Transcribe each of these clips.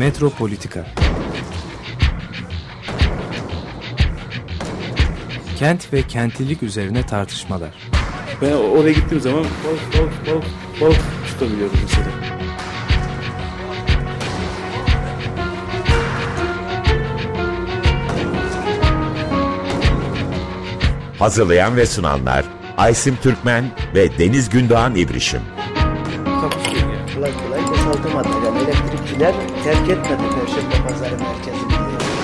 Metropolitika. Kent ve kentlilik üzerine tartışmalar. Ben oraya gittiğim zaman balık tutabiliyorum mesela. Hazırlayan ve sunanlar Aysim Türkmen ve Deniz Gündoğan İbrişim. Takusuyor ya. Kolay boşaltamadı. Yani elektrikçiler terk etmedi Perşembe Pazarı merkezini.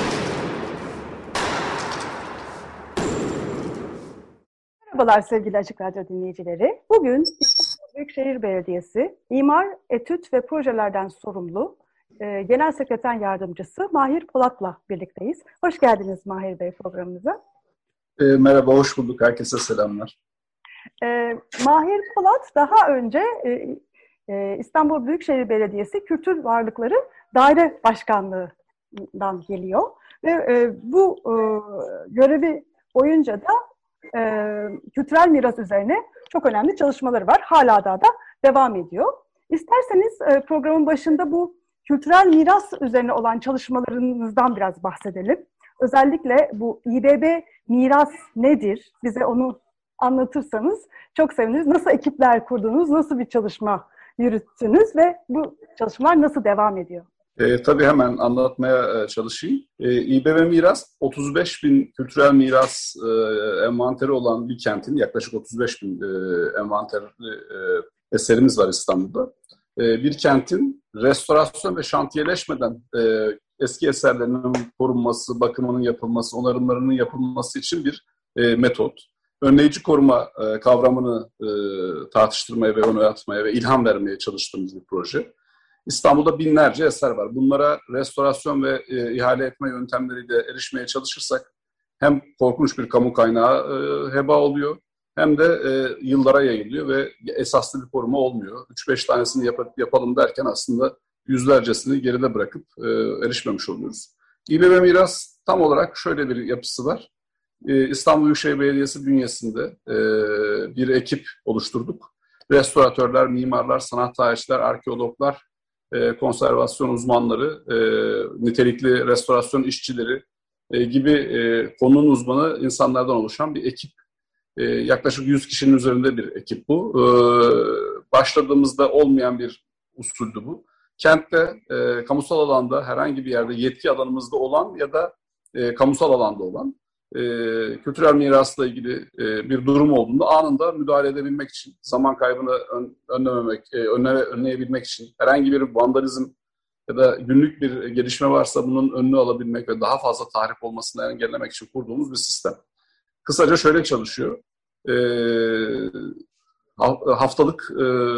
Merhabalar sevgili Açık Radyo dinleyicileri. Bugün İstanbul Büyükşehir Belediyesi İmar, Etüt ve Projelerden sorumlu Genel Sekreter Yardımcısı Mahir Polat'la birlikteyiz. Hoş geldiniz Mahir Bey programımıza. Merhaba, hoş bulduk. Herkese selamlar. Mahir Polat daha önce İstanbul Büyükşehir Belediyesi Kültür Varlıkları Daire Başkanlığı'ndan geliyor. Ve bu görevi boyunca da kültürel miras üzerine çok önemli çalışmaları var. Hala da devam ediyor. İsterseniz programın başında bu kültürel miras üzerine olan çalışmalarınızdan biraz bahsedelim. Özellikle bu İBB miras nedir? Bize onu anlatırsanız çok seviniriz. Nasıl ekipler kurdunuz? Nasıl bir çalışma yürüttünüz ve bu çalışmalar nasıl devam ediyor? Tabii hemen anlatmaya çalışayım. İBB Miras, 35 bin kültürel miras envanteri olan bir kentin, yaklaşık 35 bin envanterli eserimiz var İstanbul'da. Bir kentin restorasyon ve şantiyeleşmeden eski eserlerinin korunması, bakımının yapılması, onarımlarının yapılması için bir metot. Önleyici koruma kavramını tartıştırmaya ve oynatmaya ve ilham vermeye çalıştığımız bir proje. İstanbul'da binlerce eser var. Bunlara restorasyon ve ihale etme yöntemleriyle erişmeye çalışırsak hem korkunç bir kamu kaynağı heba oluyor hem de yıllara yayılıyor ve esaslı bir koruma olmuyor. 3-5 tanesini yapalım derken aslında yüzlercesini geride bırakıp erişmemiş oluyoruz. İBB Miras tam olarak şöyle bir yapısı var. İstanbul Büyükşehir Belediyesi bünyesinde bir ekip oluşturduk. Restoratörler, mimarlar, sanat tarihçiler, arkeologlar, konservasyon uzmanları, nitelikli restorasyon işçileri gibi konunun uzmanı insanlardan oluşan bir ekip. Yaklaşık 100 kişinin üzerinde bir ekip bu. Başladığımızda olmayan bir usuldü bu. Kentte, kamusal alanda, herhangi bir yerde yetki alanımızda olan ya da kamusal alanda olan kültürel mirasla ilgili bir durum olduğunda anında müdahale edebilmek için, zaman kaybını önleyebilmek için, herhangi bir vandalizm ya da günlük bir gelişme varsa bunun önünü alabilmek ve daha fazla tahrip olmasını engellemek için kurduğumuz bir sistem. Kısaca şöyle çalışıyor. Haftalık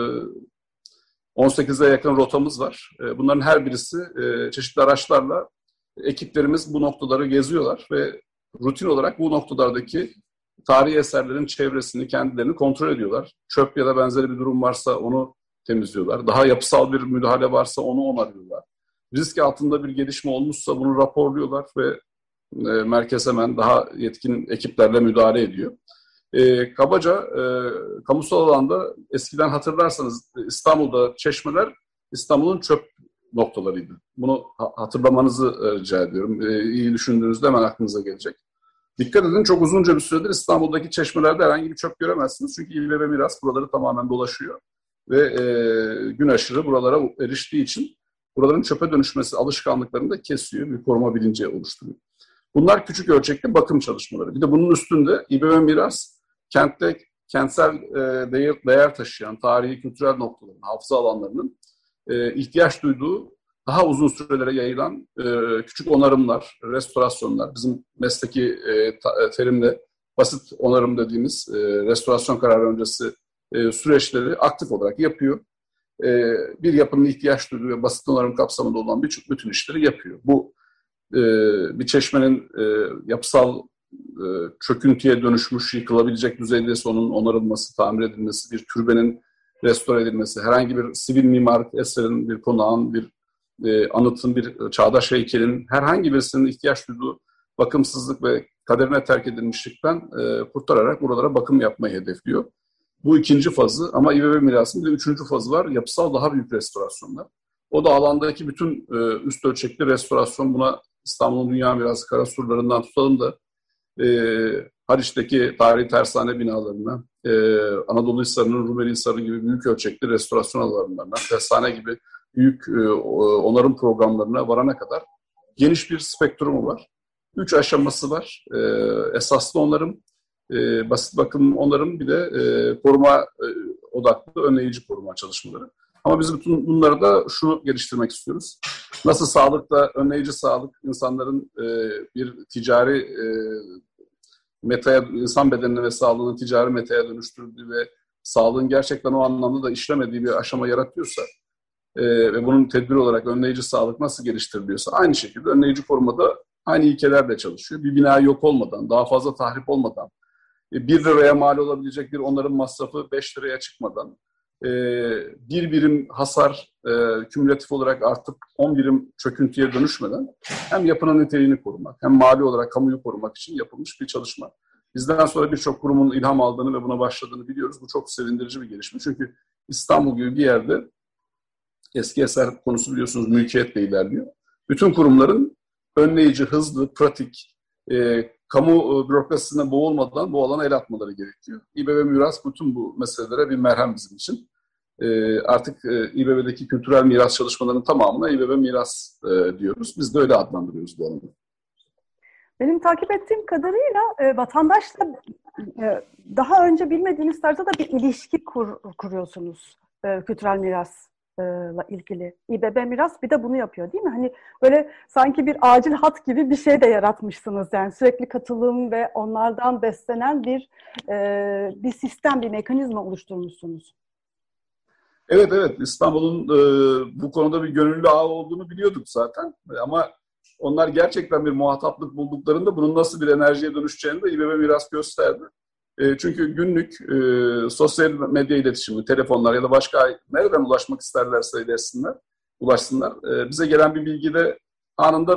18'e yakın rotamız var. Bunların her birisi çeşitli araçlarla ekiplerimiz bu noktaları geziyorlar ve rutin olarak bu noktalardaki tarihi eserlerin çevresini, kendilerini kontrol ediyorlar. Çöp ya da benzeri bir durum varsa onu temizliyorlar. Daha yapısal bir müdahale varsa onu onarıyorlar. Risk altında bir gelişme olmuşsa bunu raporluyorlar ve merkez hemen daha yetkin ekiplerle müdahale ediyor. Kabaca kamusal alanda eskiden hatırlarsanız İstanbul'da çeşmeler İstanbul'un çöp noktalarıydı. Bunu hatırlamanızı rica ediyorum. İyi düşündüğünüzde hemen aklınıza gelecek. Dikkat edin, çok uzunca bir süredir İstanbul'daki çeşmelerde herhangi bir çöp göremezsiniz. Çünkü İBB Miras buraları tamamen dolaşıyor. Ve gün aşırı buralara eriştiği için buraların çöpe dönüşmesi alışkanlıklarını da kesiyor. Bir koruma bilinci oluşturuyor. Bunlar küçük ölçekli bakım çalışmaları. Bir de bunun üstünde İBB Miras kentte kentsel değer taşıyan tarihi kültürel noktaların, hafıza alanlarının ihtiyaç duyduğu daha uzun sürelere yayılan küçük onarımlar, restorasyonlar, bizim mesleki terimle basit onarım dediğimiz restorasyon kararı öncesi süreçleri aktif olarak yapıyor. Bir yapının ihtiyaç duyduğu ve basit onarım kapsamında olan bütün işleri yapıyor. Bu bir çeşmenin yapısal çöküntüye dönüşmüş, yıkılabilecek düzeydeyse onun onarılması, tamir edilmesi, bir türbenin restore edilmesi, herhangi bir sivil mimarlık eserin, bir konağın, bir anıtın, bir çağdaş heykelin herhangi birisinin ihtiyaç duyduğu bakımsızlık ve kaderine terk edilmişlikten kurtararak buralara bakım yapmayı hedefliyor. Bu ikinci fazı ama İBB mirasının bir de üçüncü fazı var. Yapısal daha büyük restorasyonlar. O da alandaki bütün üst ölçekli restorasyon, buna İstanbul'un Dünya Mirası Karasurlarından tutalım da Haliç'teki tarihi tersane binalarına, Anadolu Hisarı'nın Rumeli Hisarı gibi büyük ölçekli restorasyon alanlarına, tersane gibi büyük onarım programlarına varana kadar geniş bir spektrumu var. 3 aşaması var. Esaslı onarım, basit bakım onarım, bir de koruma odaklı önleyici koruma çalışmaları. Ama biz bütün bunları da şunu geliştirmek istiyoruz. Nasıl sağlıkla, önleyici sağlık insanların bir ticari metaya, insan bedenine ve sağlığını ticari metaya dönüştürdüğü ve sağlığın gerçekten o anlamda da işlemediği bir aşama yaratıyorsa ve bunun tedbir olarak önleyici sağlık nasıl geliştiriliyorsa aynı şekilde önleyici korumada aynı ilkelerle çalışıyor. Bir bina yok olmadan, daha fazla tahrip olmadan, 1 liraya mal olabilecek bir onarım masrafı 5 liraya çıkmadan, bir birim hasar kümülatif olarak artıp 10 birim çöküntüye dönüşmeden hem yapının niteliğini korumak hem mali olarak kamuyu korumak için yapılmış bir çalışma. Bizden sonra birçok kurumun ilham aldığını ve buna başladığını biliyoruz. Bu çok sevindirici bir gelişme. Çünkü İstanbul gibi bir yerde eski eser konusu biliyorsunuz mülkiyetle ilerliyor. Bütün kurumların önleyici, hızlı, pratik, kamu bürokrasisine boğulmadan bu alana el atmaları gerekiyor. İBB Miras bütün bu meselelere bir merhem bizim için. Artık İBB'deki kültürel miras çalışmalarının tamamına İBB Miras diyoruz. Biz de öyle adlandırıyoruz bu alanı. Benim takip ettiğim kadarıyla vatandaşla daha önce bilmediğiniz tarzda da bir ilişki kuruyorsunuz kültürel mirasla ilgili. İBB Miras bir de bunu yapıyor değil mi? Hani böyle sanki bir acil hat gibi bir şey de yaratmışsınız. Yani sürekli katılım ve onlardan beslenen bir sistem, bir mekanizma oluşturmuşsunuz. Evet. İstanbul'un bu konuda bir gönüllü ağ olduğunu biliyorduk zaten. Ama onlar gerçekten bir muhataplık bulduklarında bunun nasıl bir enerjiye dönüşeceğini de İBB Miras gösterdi. Çünkü günlük sosyal medya iletişimi, telefonlar ya da başka nereden ulaşmak isterlerse ulaşsınlar. Bize gelen bir bilgide anında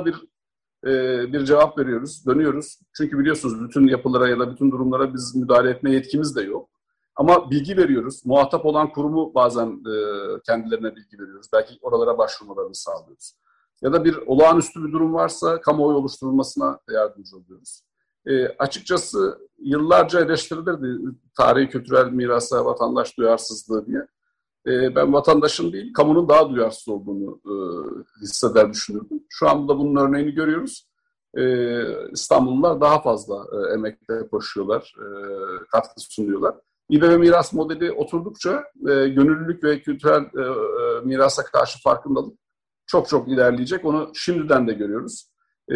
bir cevap veriyoruz, dönüyoruz. Çünkü biliyorsunuz bütün yapılara ya da bütün durumlara biz müdahale etme yetkimiz de yok. Ama bilgi veriyoruz. Muhatap olan kurumu bazen kendilerine bilgi veriyoruz. Belki oralara başvurmalarını sağlıyoruz. Ya da bir olağanüstü bir durum varsa kamuoyu oluşturulmasına yardımcı oluyoruz. Açıkçası yıllarca eleştirilirdi tarihi kültürel mirasa vatandaş duyarsızlığı diye. Ben vatandaşın değil, kamunun daha duyarsız olduğunu hisseder düşünürdüm. Şu anda bunun örneğini görüyoruz. İstanbullular daha fazla emekle koşuyorlar, katkı sunuyorlar. İBB Miras modeli oturdukça gönüllülük ve kültürel mirasa karşı farkındalık çok ilerleyecek. Onu şimdiden de görüyoruz.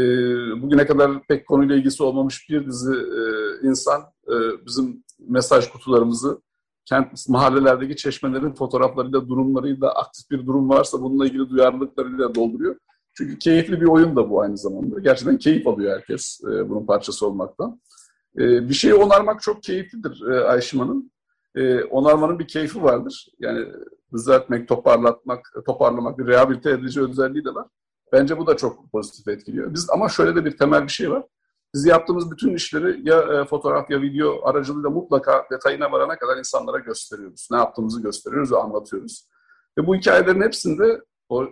Bugüne kadar pek konuyla ilgisi olmamış bir dizi insan bizim mesaj kutularımızı mahallelerdeki çeşmelerin fotoğraflarıyla, durumlarıyla, aktif bir durum varsa bununla ilgili duyarlılıklarıyla dolduruyor. Çünkü keyifli bir oyun da bu aynı zamanda. Gerçekten keyif alıyor herkes bunun parçası olmaktan. Bir şeyi onarmak çok keyiflidir Ayşim Hanım. Onarmanın bir keyfi vardır. Yani düzeltmek, toparlamak, bir rehabilite edici özelliği de var. Bence bu da çok pozitif etkiliyor. Ama şöyle de bir temel bir şey var. Biz yaptığımız bütün işleri ya fotoğraf ya video aracılığıyla mutlaka detayına varana kadar insanlara gösteriyoruz. Ne yaptığımızı gösteriyoruz ve anlatıyoruz. Ve bu hikayelerin hepsinde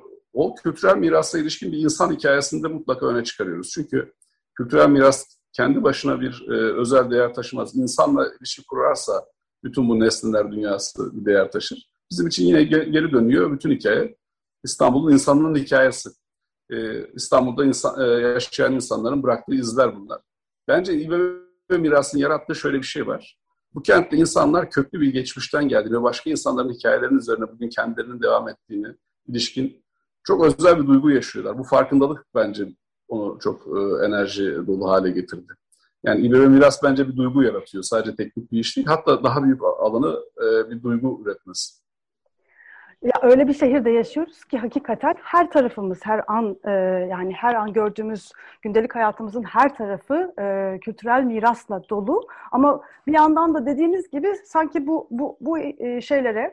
o kültürel mirasa ilişkin bir insan hikayesini de mutlaka öne çıkarıyoruz. Çünkü kültürel miras kendi başına bir özel değer taşımaz. İnsanla ilişki kurarsa bütün bu nesneler dünyası bir değer taşır. Bizim için yine geri dönüyor bütün hikaye. İstanbul'un insanının hikayesi. İstanbul'da yaşayan insanların bıraktığı izler bunlar. Bence İBB Mirası'nın yarattığı şöyle bir şey var. Bu kentte insanlar köklü bir geçmişten geldi ve başka insanların hikayelerinin üzerine bugün kendilerinin devam ettiğini ilişkin çok özel bir duygu yaşıyorlar. Bu farkındalık bence onu çok enerji dolu hale getirdi. Yani İBB Miras bence bir duygu yaratıyor. Sadece teknik bir iş değil. Hatta daha büyük alanı bir duygu üretmesi. Ya öyle bir şehirde yaşıyoruz ki hakikaten her tarafımız, yani her an gördüğümüz gündelik hayatımızın her tarafı kültürel mirasla dolu. Ama bir yandan da dediğiniz gibi sanki bu şeylere,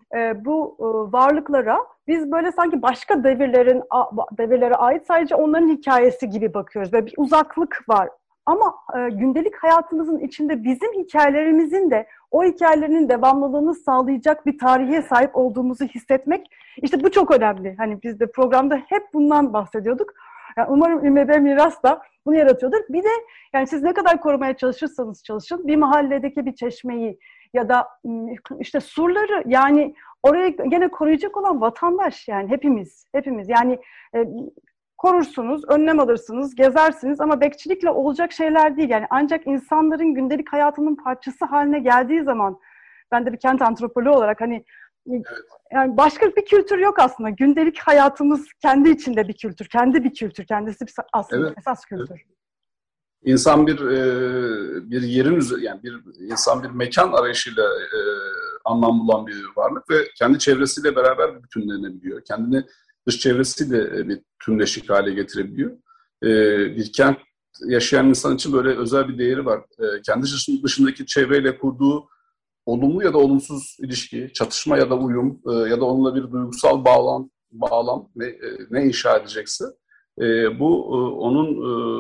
bu varlıklara biz böyle sanki başka devirlere ait sadece onların hikayesi gibi bakıyoruz. Böyle bir uzaklık var Ama gündelik hayatımızın içinde bizim hikayelerimizin de o hikayelerin devamlılığını sağlayacak bir tarihe sahip olduğumuzu hissetmek, işte bu çok önemli. Hani biz de programda hep bundan bahsediyorduk. Yani umarım İMB Miras da bunu yaratıyordur. Bir de yani siz ne kadar korumaya çalışırsanız çalışın, bir mahalledeki bir çeşmeyi ya da işte surları, yani orayı gene koruyacak olan vatandaş, yani hepimiz yani korursunuz, önlem alırsınız, gezersiniz ama bekçilikle olacak şeyler değil. Yani ancak insanların gündelik hayatının parçası haline geldiği zaman, ben de bir kent antropoloğu olarak hani yani başka bir kültür yok aslında. Gündelik hayatımız kendi içinde bir kültür, kendisi aslında esas kültür. İnsan bir yerin üzerinde, yani insan bir mekan arayışıyla anlam bulan bir varlık ve kendi çevresiyle beraber bütünlenebiliyor. Kendini dış çevresiyle bir tümleşik hale getirebiliyor. Bir kent yaşayan insan için böyle özel bir değeri var. Kendi dışındaki çevreyle kurduğu olumlu ya da olumsuz ilişki, çatışma ya da uyum ya da onunla bir duygusal bağlam ne inşa edecekse bu onun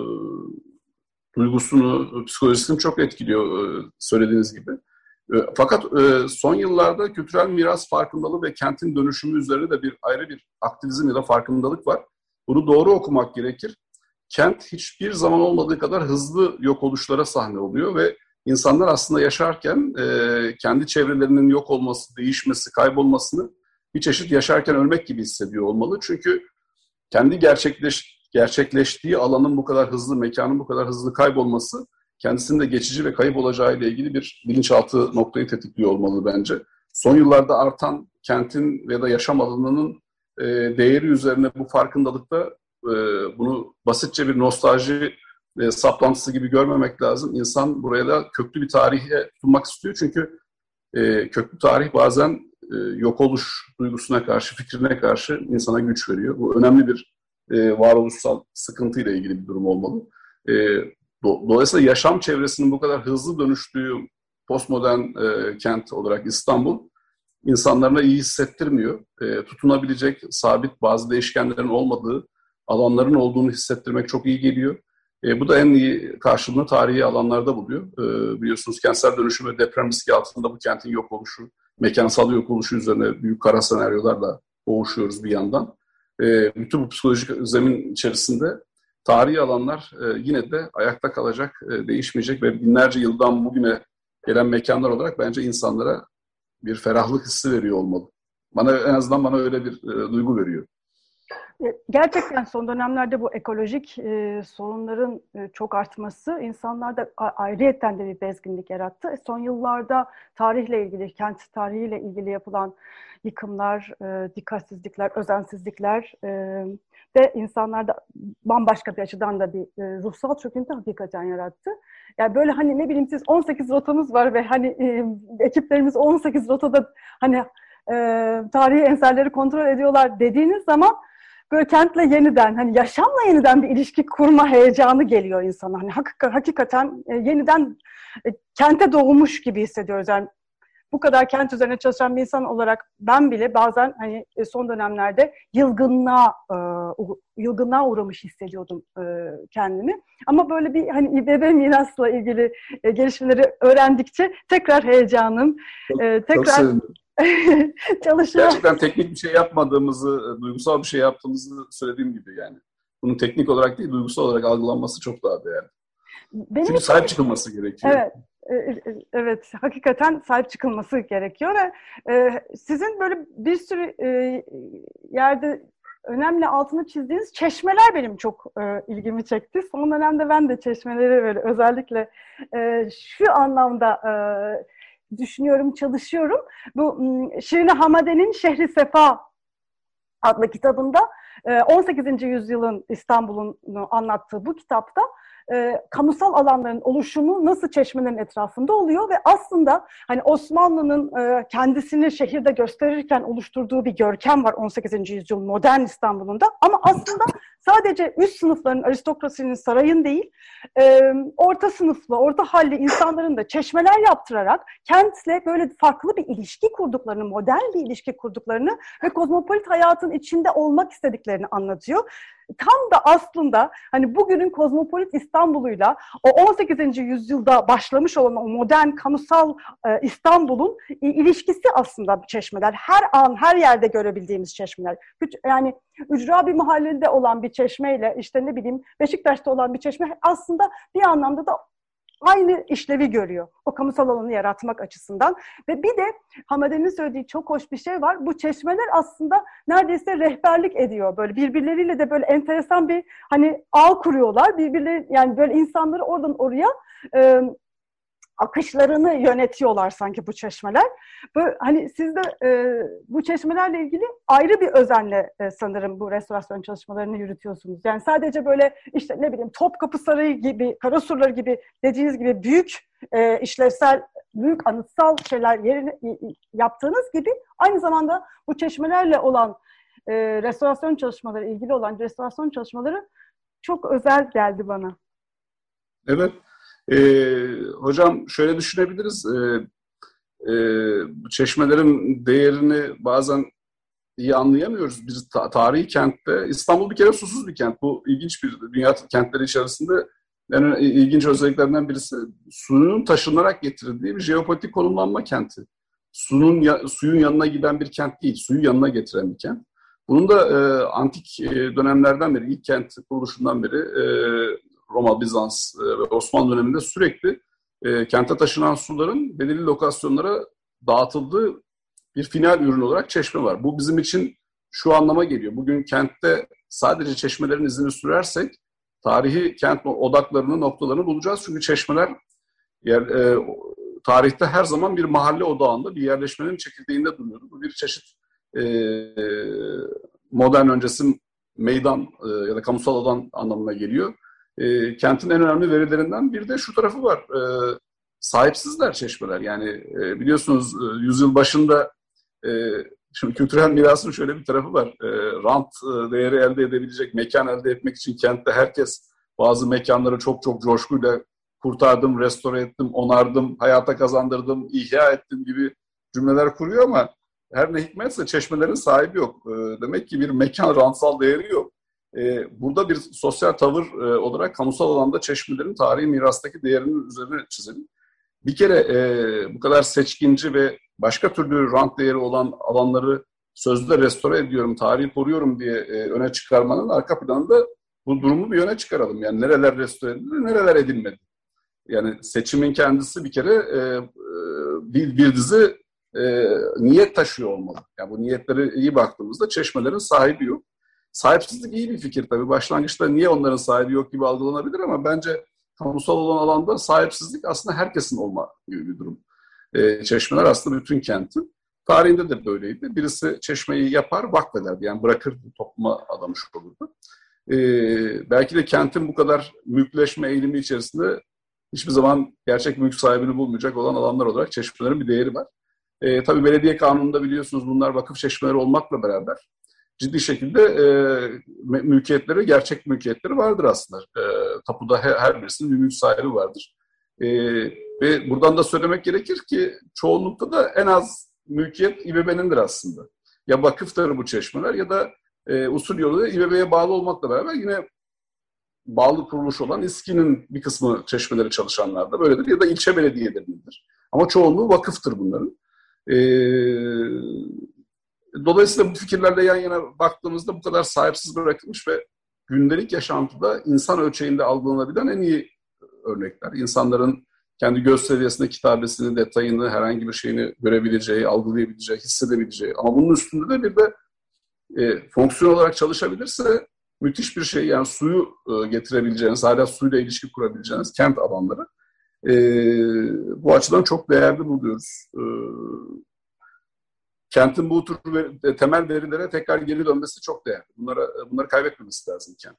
duygusunu, psikolojisini çok etkiliyor söylediğiniz gibi. Fakat son yıllarda kültürel miras farkındalığı ve kentin dönüşümü üzerine de ayrı bir aktivizm ya da farkındalık var. Bunu doğru okumak gerekir. Kent hiçbir zaman olmadığı kadar hızlı yok oluşlara sahne oluyor ve insanlar aslında yaşarken kendi çevrelerinin yok olması, değişmesi, kaybolmasını bir çeşit yaşarken ölmek gibi hissediyor olmalı. Çünkü kendi gerçekleştiği alanın bu kadar hızlı, mekanın bu kadar hızlı kaybolması kendisinin de geçici ve kayıp olacağı ile ilgili bir bilinçaltı noktayı tetikliyor olmalı bence. Son yıllarda artan kentin ya da yaşam alanının değeri üzerine bu farkındalıkta bunu basitçe bir nostalji saplantısı gibi görmemek lazım. İnsan buraya da köklü bir tarihe tutunmak istiyor. Çünkü köklü tarih bazen yok oluş duygusuna karşı, fikrine karşı insana güç veriyor. Bu önemli bir varoluşsal sıkıntıyla ilgili bir durum olmalı. Dolayısıyla yaşam çevresinin bu kadar hızlı dönüştüğü postmodern kent olarak İstanbul insanlarına iyi hissettirmiyor. Tutunabilecek sabit bazı değişkenlerin olmadığı alanların olduğunu hissettirmek çok iyi geliyor. Bu da en iyi karşılığını tarihi alanlarda buluyor. Biliyorsunuz kentsel dönüşüm ve deprem riski altında bu kentin yok oluşu, mekansal yok oluşu üzerine büyük kara senaryolarla boğuşuyoruz bir yandan. Bütün bu psikolojik zemin içerisinde tarihi alanlar yine de ayakta kalacak, değişmeyecek ve binlerce yıldan bugüne gelen mekanlar olarak bence insanlara bir ferahlık hissi veriyor olmalı. En azından bana öyle bir duygu veriyor. Gerçekten son dönemlerde bu ekolojik sorunların çok artması insanlarda ayrıyetten de bir bezginlik yarattı. Son yıllarda tarihle ilgili, kent tarihiyle ilgili yapılan yıkımlar, dikkatsizlikler, özensizlikler de insanlarda bambaşka bir açıdan da bir ruhsal çöküntü hakikaten yarattı. Yani böyle hani ne bileyim siz 18 rotamız var ve hani ekiplerimiz 18 rotada hani tarihi eserleri kontrol ediyorlar dediğiniz zaman böyle kentle yeniden, hani yaşamla yeniden bir ilişki kurma heyecanı geliyor insana. Hani hakikaten yeniden kente doğmuş gibi hissediyoruz. Yani bu kadar kent üzerine çalışan bir insan olarak ben bile bazen hani son dönemlerde yılgınlığa uğramış hissediyordum kendimi. Ama böyle bir hani İBB mirasla ilgili gelişmeleri öğrendikçe tekrar heyecanım, tekrar çalışma. Gerçekten teknik bir şey yapmadığımızı, duygusal bir şey yaptığımızı söylediğim gibi yani. Bunun teknik olarak değil, duygusal olarak algılanması çok daha değerli. Çünkü sahip çıkılması gerekiyor. Evet. Evet, hakikaten sahip çıkılması gerekiyor. Sizin böyle bir sürü yerde önemli altını çizdiğiniz çeşmeler benim çok ilgimi çekti. Son dönemde ben de çeşmeleri böyle özellikle şu anlamda düşünüyorum, çalışıyorum. Bu Şirin Hamade'nin Şehri Sefa adlı kitabında 18. yüzyılın İstanbul'unu anlattığı bu kitapta kamusal alanların oluşumu nasıl çeşmelerin etrafında oluyor ve aslında hani Osmanlı'nın kendisini şehirde gösterirken oluşturduğu bir görkem var 18. yüzyıl modern İstanbul'unda ama aslında sadece üst sınıfların, aristokrasinin, sarayın değil, orta sınıflı, orta halli insanların da çeşmeler yaptırarak kentle böyle farklı bir ilişki kurduklarını, modern bir ilişki kurduklarını ve kozmopolit hayatın içinde olmak istediklerini anlatıyor. tam da aslında hani bugünün kozmopolit İstanbul'uyla o 18. yüzyılda başlamış olan o modern kamusal İstanbul'un ilişkisi aslında çeşmeler. Her an, her yerde görebildiğimiz çeşmeler. Yani ücra bir mahallede olan bir çeşmeyle işte ne bileyim Beşiktaş'ta olan bir çeşme aslında bir anlamda da aynı işlevi görüyor o kamusal alanı yaratmak açısından. Ve bir de Hamade'nin söylediği çok hoş bir şey var. Bu çeşmeler aslında neredeyse rehberlik ediyor. Böyle birbirleriyle de böyle enteresan bir hani ağ kuruyorlar. Birbirleri yani böyle insanları oradan oraya akışlarını yönetiyorlar sanki bu çeşmeler. Böyle, hani siz de bu çeşmelerle ilgili ayrı bir özenle sanırım bu restorasyon çalışmalarını yürütüyorsunuz. Yani sadece böyle işte ne bileyim Topkapı Sarayı gibi, Karasurlar gibi dediğiniz gibi büyük işlevsel, büyük anıtsal şeyler yaptığınız gibi aynı zamanda bu çeşmelerle olan restorasyon çalışmaları, ilgili olan restorasyon çalışmaları çok özel geldi bana. Evet. Hocam şöyle düşünebiliriz. Çeşmelerin değerini bazen iyi anlayamıyoruz. Biz tarihi kentte, İstanbul bir kere susuz bir kent. Bu ilginç bir dünya kentleri içerisinde en ilginç özelliklerinden birisi. Suyun taşınarak getirildiği bir jeopolitik konumlanma kenti. Suyun yanına giden bir kent değil, suyu yanına getiren bir kent. Bunun da antik dönemlerden beri, ilk kent kuruluşundan beri Roma, Bizans ve Osmanlı döneminde sürekli kente taşınan suların belirli lokasyonlara dağıtıldığı bir final ürün olarak çeşme var. Bu bizim için şu anlama geliyor. Bugün kentte sadece çeşmelerin izini sürersek tarihi kent odaklarını, noktalarını bulacağız. Çünkü çeşmeler tarihte her zaman bir mahalle odağında, bir yerleşmenin çekirdeğinde duruyordu. Bu bir çeşit modern öncesi meydan ya da kamusal alan anlamına geliyor. Kentin en önemli verilerinden bir de şu tarafı var. Sahipsizler çeşmeler. Yani biliyorsunuz yüzyıl başında şimdi kültürel mirasın şöyle bir tarafı var. Rant değeri elde edebilecek, mekan elde etmek için kentte herkes bazı mekanları çok çok coşkuyla kurtardım, restore ettim, onardım, hayata kazandırdım, ihya ettim gibi cümleler kuruyor ama her ne hikmetse çeşmelerin sahibi yok. Demek ki bir mekan rantsal değeri yok. Burada bir sosyal tavır olarak kamusal alanda çeşmelerin tarihi mirastaki değerinin üzerine çizelim. Bir kere bu kadar seçkinci ve başka türlü rant değeri olan alanları sözde restore ediyorum, tarihi koruyorum diye öne çıkarmanın arka planında bu durumu bir öne çıkaralım. Yani nereler restore edildi, nereler edilmedi. Yani seçimin kendisi bir kere bir dizi niyet taşıyor olmalı. Yani bu niyetlere iyi baktığımızda çeşmelerin sahibi yok. Sahipsizlik iyi bir fikir tabii. Başlangıçta niye onların sahibi yok gibi algılanabilir ama bence kamusal olan alanda sahipsizlik aslında herkesin olma gibi bir durum. Çeşmeler aslında bütün kentin. Tarihinde de böyleydi. Birisi çeşmeyi yapar, vakfederdi. Yani bırakırdı, topluma adamış olurdu. Belki de kentin bu kadar mülkleşme eğilimi içerisinde hiçbir zaman gerçek mülk sahibini bulmayacak olan alanlar olarak çeşmelerin bir değeri var. Tabii belediye kanununda biliyorsunuz bunlar vakıf çeşmeleri olmakla beraber ciddi şekilde mülkiyetleri, gerçek mülkiyetleri vardır aslında. Tapuda her birisinin bir mülk sahibi vardır. Ve buradan da söylemek gerekir ki çoğunlukta da en az mülkiyet İBB'nindir aslında. Ya vakıftır bu çeşmeler ya da usul yoluyla İBB'ye bağlı olmakla beraber yine bağlı kuruluş olan İSKİ'nin bir kısmı çeşmeleri çalışanlar da böyledir ya da ilçe belediyelerindedir. Ama çoğunluğu vakıftır bunların. Dolayısıyla bu fikirlerle yan yana baktığımızda bu kadar sahipsiz bırakılmış ve gündelik yaşantıda insan ölçeğinde algılanabilen en iyi örnekler. İnsanların kendi göz seviyesinde kitabesini, detayını, herhangi bir şeyini görebileceği, algılayabileceği, hissedebileceği. Ama bunun üstünde de bir de fonksiyon olarak çalışabilirse müthiş bir şey. Yani suyu getirebileceğiniz, hala suyla ilişki kurabileceğiniz kent alanları. Bu açıdan çok değerli buluyoruz. Kentin bu tür temel verilere tekrar geri dönmesi çok değerli. Bunları kaybetmemesi lazım kent.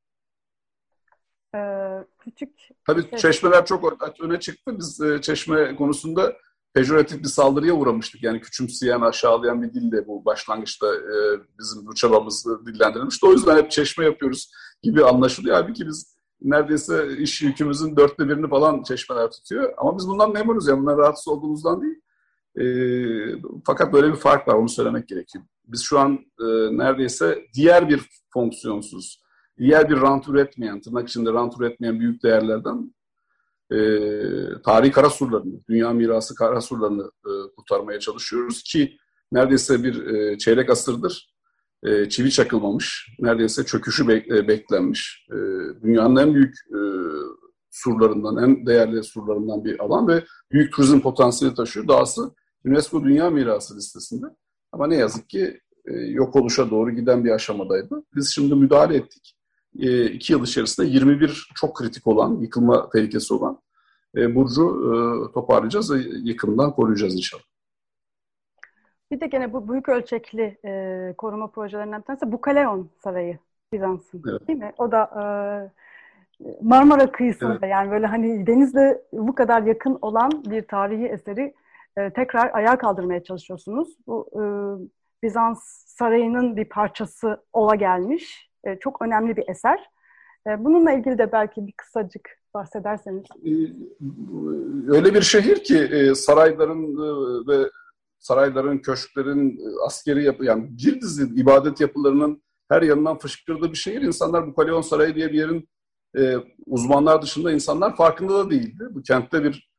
Tabii çeşmeler çok öne çıktı. Biz çeşme konusunda pejoratif bir saldırıya uğramıştık. Yani küçümseyen, aşağılayan bir dille bu başlangıçta bizim bu çabamız dillendirilmişti. O yüzden hep çeşme yapıyoruz gibi anlaşılıyor. Halbuki biz neredeyse iş yükümüzün 1/4 falan çeşmeler tutuyor. Ama biz bundan memnunuz. Yani bundan rahatsız olduğumuzdan değil. Fakat böyle bir fark var. Onu söylemek gerekiyor. Biz şu an neredeyse diğer bir fonksiyonsuz, diğer bir rant üretmeyen, tırnak içinde rant üretmeyen büyük değerlerden tarihi karasurlarını, dünya mirası karasurlarını kurtarmaya çalışıyoruz ki neredeyse bir çeyrek asırdır çivi çakılmamış, neredeyse çöküşü beklenmiş. Dünyanın en büyük surlarından, en değerli surlarından bir alan ve büyük turizm potansiyeli taşıyor. Dahası UNESCO Dünya Mirası listesinde. Ama ne yazık ki yok oluşa doğru giden bir aşamadaydı. Biz şimdi müdahale ettik. 2 yıl içerisinde 21 çok kritik olan, yıkılma tehlikesi olan burcu toparlayacağız ve yıkımdan koruyacağız inşallah. Bir de gene bu büyük ölçekli koruma projelerinden bir tanesi Bukaleon Sarayı, Bizans'ın, evet. Değil mi? O da Marmara kıyısında, evet. Yani böyle hani denizle bu kadar yakın olan bir tarihi eseri tekrar ayağa kaldırmaya çalışıyorsunuz. Bu Bizans Sarayı'nın bir parçası ola gelmiş. Çok önemli bir eser. Bununla ilgili de belki bir kısacık bahsederseniz. Öyle bir şehir ki sarayların, köşklerin, askeri yapı, yani bir dizi ibadet yapılarının her yanından fışkırdığı bir şehir. İnsanlar Bukaleon Sarayı diye bir yerin uzmanlar dışında insanlar farkında da değildi. Bu kentte bir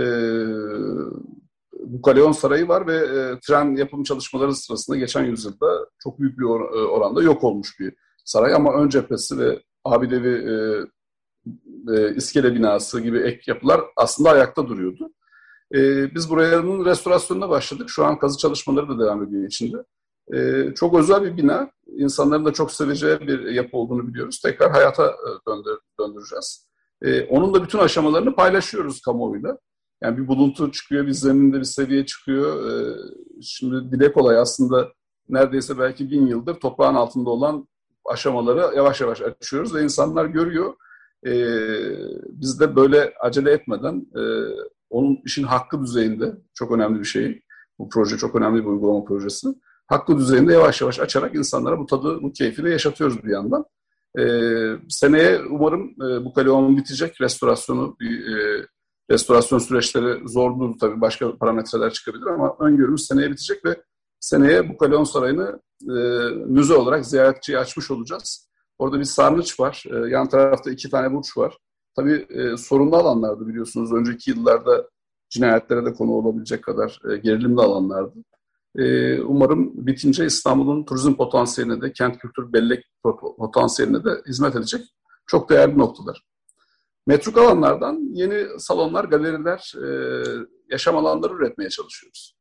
Bukaleon Sarayı var ve tren yapım çalışmaları sırasında geçen yüzyılda çok büyük bir oranda yok olmuş bir saray. Ama ön cephesi ve abidevi iskele binası gibi ek yapılar aslında ayakta duruyordu. Biz buranın restorasyonuna başladık. Şu an kazı çalışmaları da devam ediyor içinde. Çok özel bir bina. İnsanların da çok seveceği bir yapı olduğunu biliyoruz. Tekrar hayata döndüreceğiz. Onun da bütün aşamalarını paylaşıyoruz kamuoyuyla. Yani bir buluntu çıkıyor, bir zeminde bir seviye çıkıyor. Şimdi dile kolay aslında neredeyse belki 1000 yıldır toprağın altında olan aşamaları yavaş yavaş açıyoruz ve insanlar görüyor. Biz de böyle acele etmeden onun işin hakkı düzeyinde, çok önemli bir şey. Bu proje çok önemli bir uygulama projesi. Hakkı düzeyinde yavaş yavaş açarak insanlara bu tadı, bu keyfi de yaşatıyoruz bir yandan. Seneye umarım Bukaleon bitecek. Restorasyon süreçleri zorlu tabii, başka parametreler çıkabilir ama öngörümüz seneye bitecek ve seneye Bukaleon Sarayı'nı müze olarak ziyaretçiye açmış olacağız. Orada bir sarnıç var. Yan tarafta 2 tane burç var. Tabii sorunlu alanlardı biliyorsunuz. Önceki yıllarda cinayetlere de konu olabilecek kadar gerilimli alanlardı. Umarım bitince İstanbul'un turizm potansiyeline de, kent kültür bellek potansiyeline de hizmet edecek çok değerli noktalar. Metruk alanlardan yeni salonlar, galeriler, yaşam alanları üretmeye çalışıyoruz.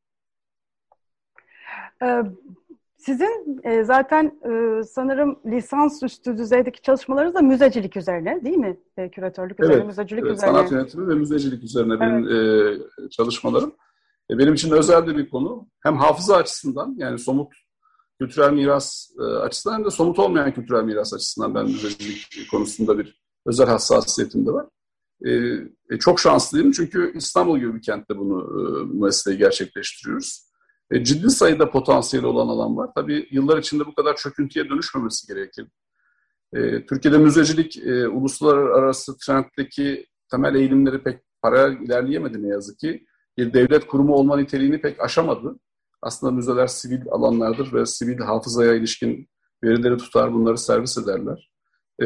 Sizin zaten sanırım lisansüstü düzeydeki çalışmalarınız da müzecilik üzerine, değil mi? Küratörlük üzerine, evet, müzecilik üzerine. Sanat yönetimi ve müzecilik üzerine benim çalışmalarım. Benim için özel de bir konu. Hem hafıza açısından, yani somut kültürel miras açısından, hem de somut olmayan kültürel miras açısından ben müzecilik konusunda bir özel hassasiyetim de var. Çok şanslıyım çünkü İstanbul gibi bir kentte bu mesleği gerçekleştiriyoruz. Ciddi sayıda potansiyeli olan alan var. Tabii yıllar içinde bu kadar çöküntüye dönüşmemesi gerekir. Türkiye'de müzecilik uluslararası trenddeki temel eğilimleri pek paralel ilerleyemedi ne yazık ki. Bir devlet kurumu olma niteliğini pek aşamadı. Aslında müzeler sivil alanlardır ve sivil hafızaya ilişkin verileri tutar, bunları servis ederler.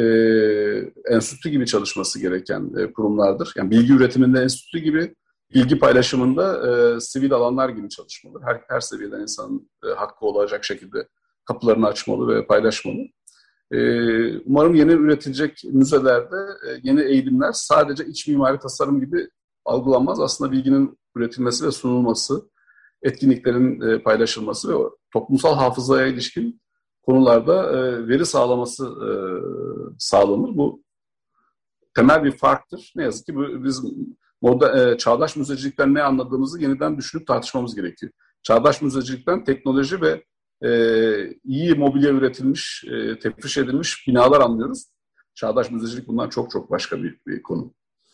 Enstitü gibi çalışması gereken kurumlardır. Yani bilgi üretiminde enstitü gibi, bilgi paylaşımında sivil alanlar gibi çalışmalı. Her seviyeden insanın hakkı olacak şekilde kapılarını açmalı ve paylaşmalı. Umarım yeni üretilecek müzelerde yeni eğilimler sadece iç mimari tasarım gibi algılanmaz. Aslında bilginin üretilmesi ve sunulması, etkinliklerin paylaşılması ve toplumsal hafızaya ilişkin konularda veri sağlaması sağlanır. Bu temel bir farktır. Ne yazık ki biz çağdaş müzecilikten ne anladığımızı yeniden düşünüp tartışmamız gerekiyor. Çağdaş müzecilikten teknoloji ve iyi mobilya üretilmiş, tefriş edilmiş binalar anlıyoruz. Çağdaş müzecilik bundan çok çok başka bir konu.